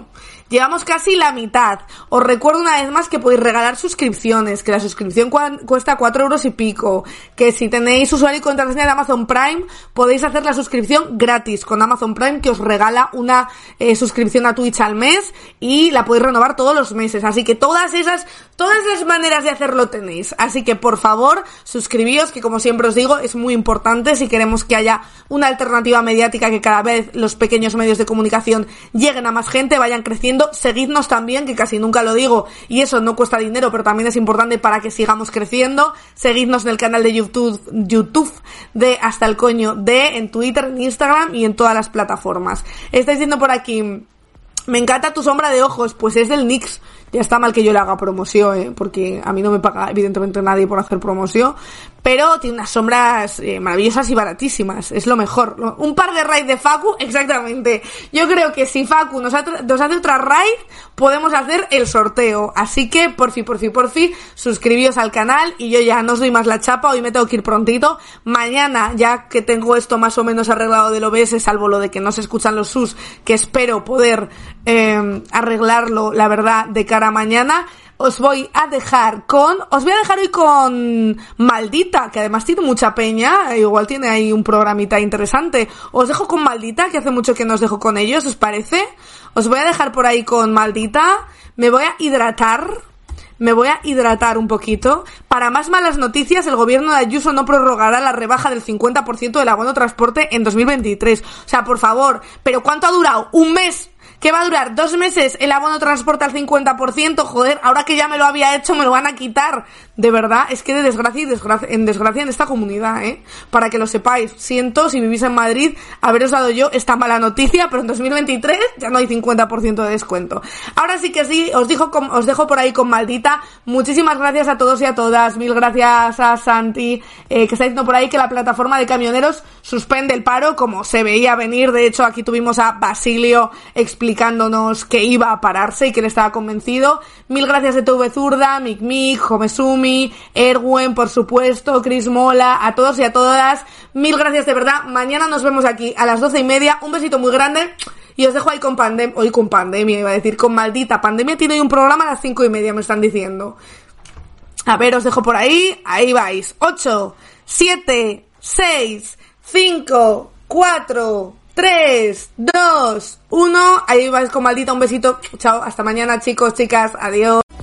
Llevamos casi la mitad. Os recuerdo una vez más que podéis regalar suscripciones, que la suscripción cu- cuesta cuatro euros y pico, que si tenéis usuario y contraseña de Amazon Prime, podéis hacer la suscripción gratis con Amazon Prime, que os regala una eh, suscripción a Twitch al mes y la podéis renovar todos los meses. Así que todas esas, todas las maneras de hacerlo tenéis. Así que por favor, suscribíos, que como siempre os digo, es muy importante si queremos que haya una alternativa mediática, que cada vez los pequeños medios de comunicación lleguen a más gente, vayan creciendo. Seguidnos también, que casi nunca lo digo, y eso no cuesta dinero, pero también es importante para que sigamos creciendo. Seguidnos en el canal de YouTube, YouTube de Hasta el Coño de, en Twitter, en Instagram y en todas las plataformas. Estáis diciendo por aquí, me encanta tu sombra de ojos, pues es del Nix. Ya está mal que yo le haga promoción, ¿eh? Porque a mí no me paga evidentemente nadie por hacer promoción, pero tiene unas sombras eh, maravillosas y baratísimas, es lo mejor. Un par de raids de Facu, exactamente. Yo creo que si Facu nos, ha, nos hace otra raid, podemos hacer el sorteo. Así que, por fin, por fin, por fin, suscribíos al canal y yo ya no os doy más la chapa, hoy me tengo que ir prontito. Mañana, ya que tengo esto más o menos arreglado del O B S, salvo lo de que no se escuchan los sus, que espero poder eh, arreglarlo, la verdad, de cara a mañana, os voy a dejar con, os voy a dejar hoy con Maldita, que además tiene mucha peña, igual tiene ahí un programita interesante. Os dejo con Maldita, que hace mucho que no os dejo con ellos, ¿os parece? Os voy a dejar por ahí con Maldita, me voy a hidratar, me voy a hidratar un poquito. Para más malas noticias, el gobierno de Ayuso no prorrogará la rebaja del cincuenta por ciento del abono transporte en dos mil veintitrés. O sea, por favor, ¿pero cuánto ha durado? ¿Un mes? ¿Qué va a durar? ¿Dos meses el abono transporte al cincuenta por ciento? Joder, ahora que ya me lo había hecho me lo van a quitar. De verdad, es que de desgracia y desgracia, en desgracia en esta comunidad, ¿eh? Para que lo sepáis, siento si vivís en Madrid haberos dado yo esta mala noticia, pero en dos mil veintitrés ya no hay cincuenta por ciento de descuento. Ahora sí que sí, os dejo, con, os dejo por ahí con Maldita. Muchísimas gracias a todos y a todas. Mil gracias a Santi, eh, que está diciendo por ahí que la plataforma de camioneros suspende el paro, como se veía venir. De hecho, aquí tuvimos a Basilio explicándonos que iba a pararse y que él estaba convencido. Mil gracias a T V Zurda, Mic Mic, Homesumi, Erwin, por supuesto, Chris Mola, a todos y a todas. Mil gracias de verdad. Mañana nos vemos aquí a las doce y media. Un besito muy grande. Y os dejo ahí con pandemia, hoy con pandemia, iba a decir, con Maldita. Pandemia tiene hoy un programa a las cinco y media, me están diciendo. A ver, os dejo por ahí. Ahí vais. ocho, siete, seis, cinco, cuatro, tres, dos, uno. Ahí vais con Maldita. Un besito. Chao. Hasta mañana, chicos, chicas. Adiós.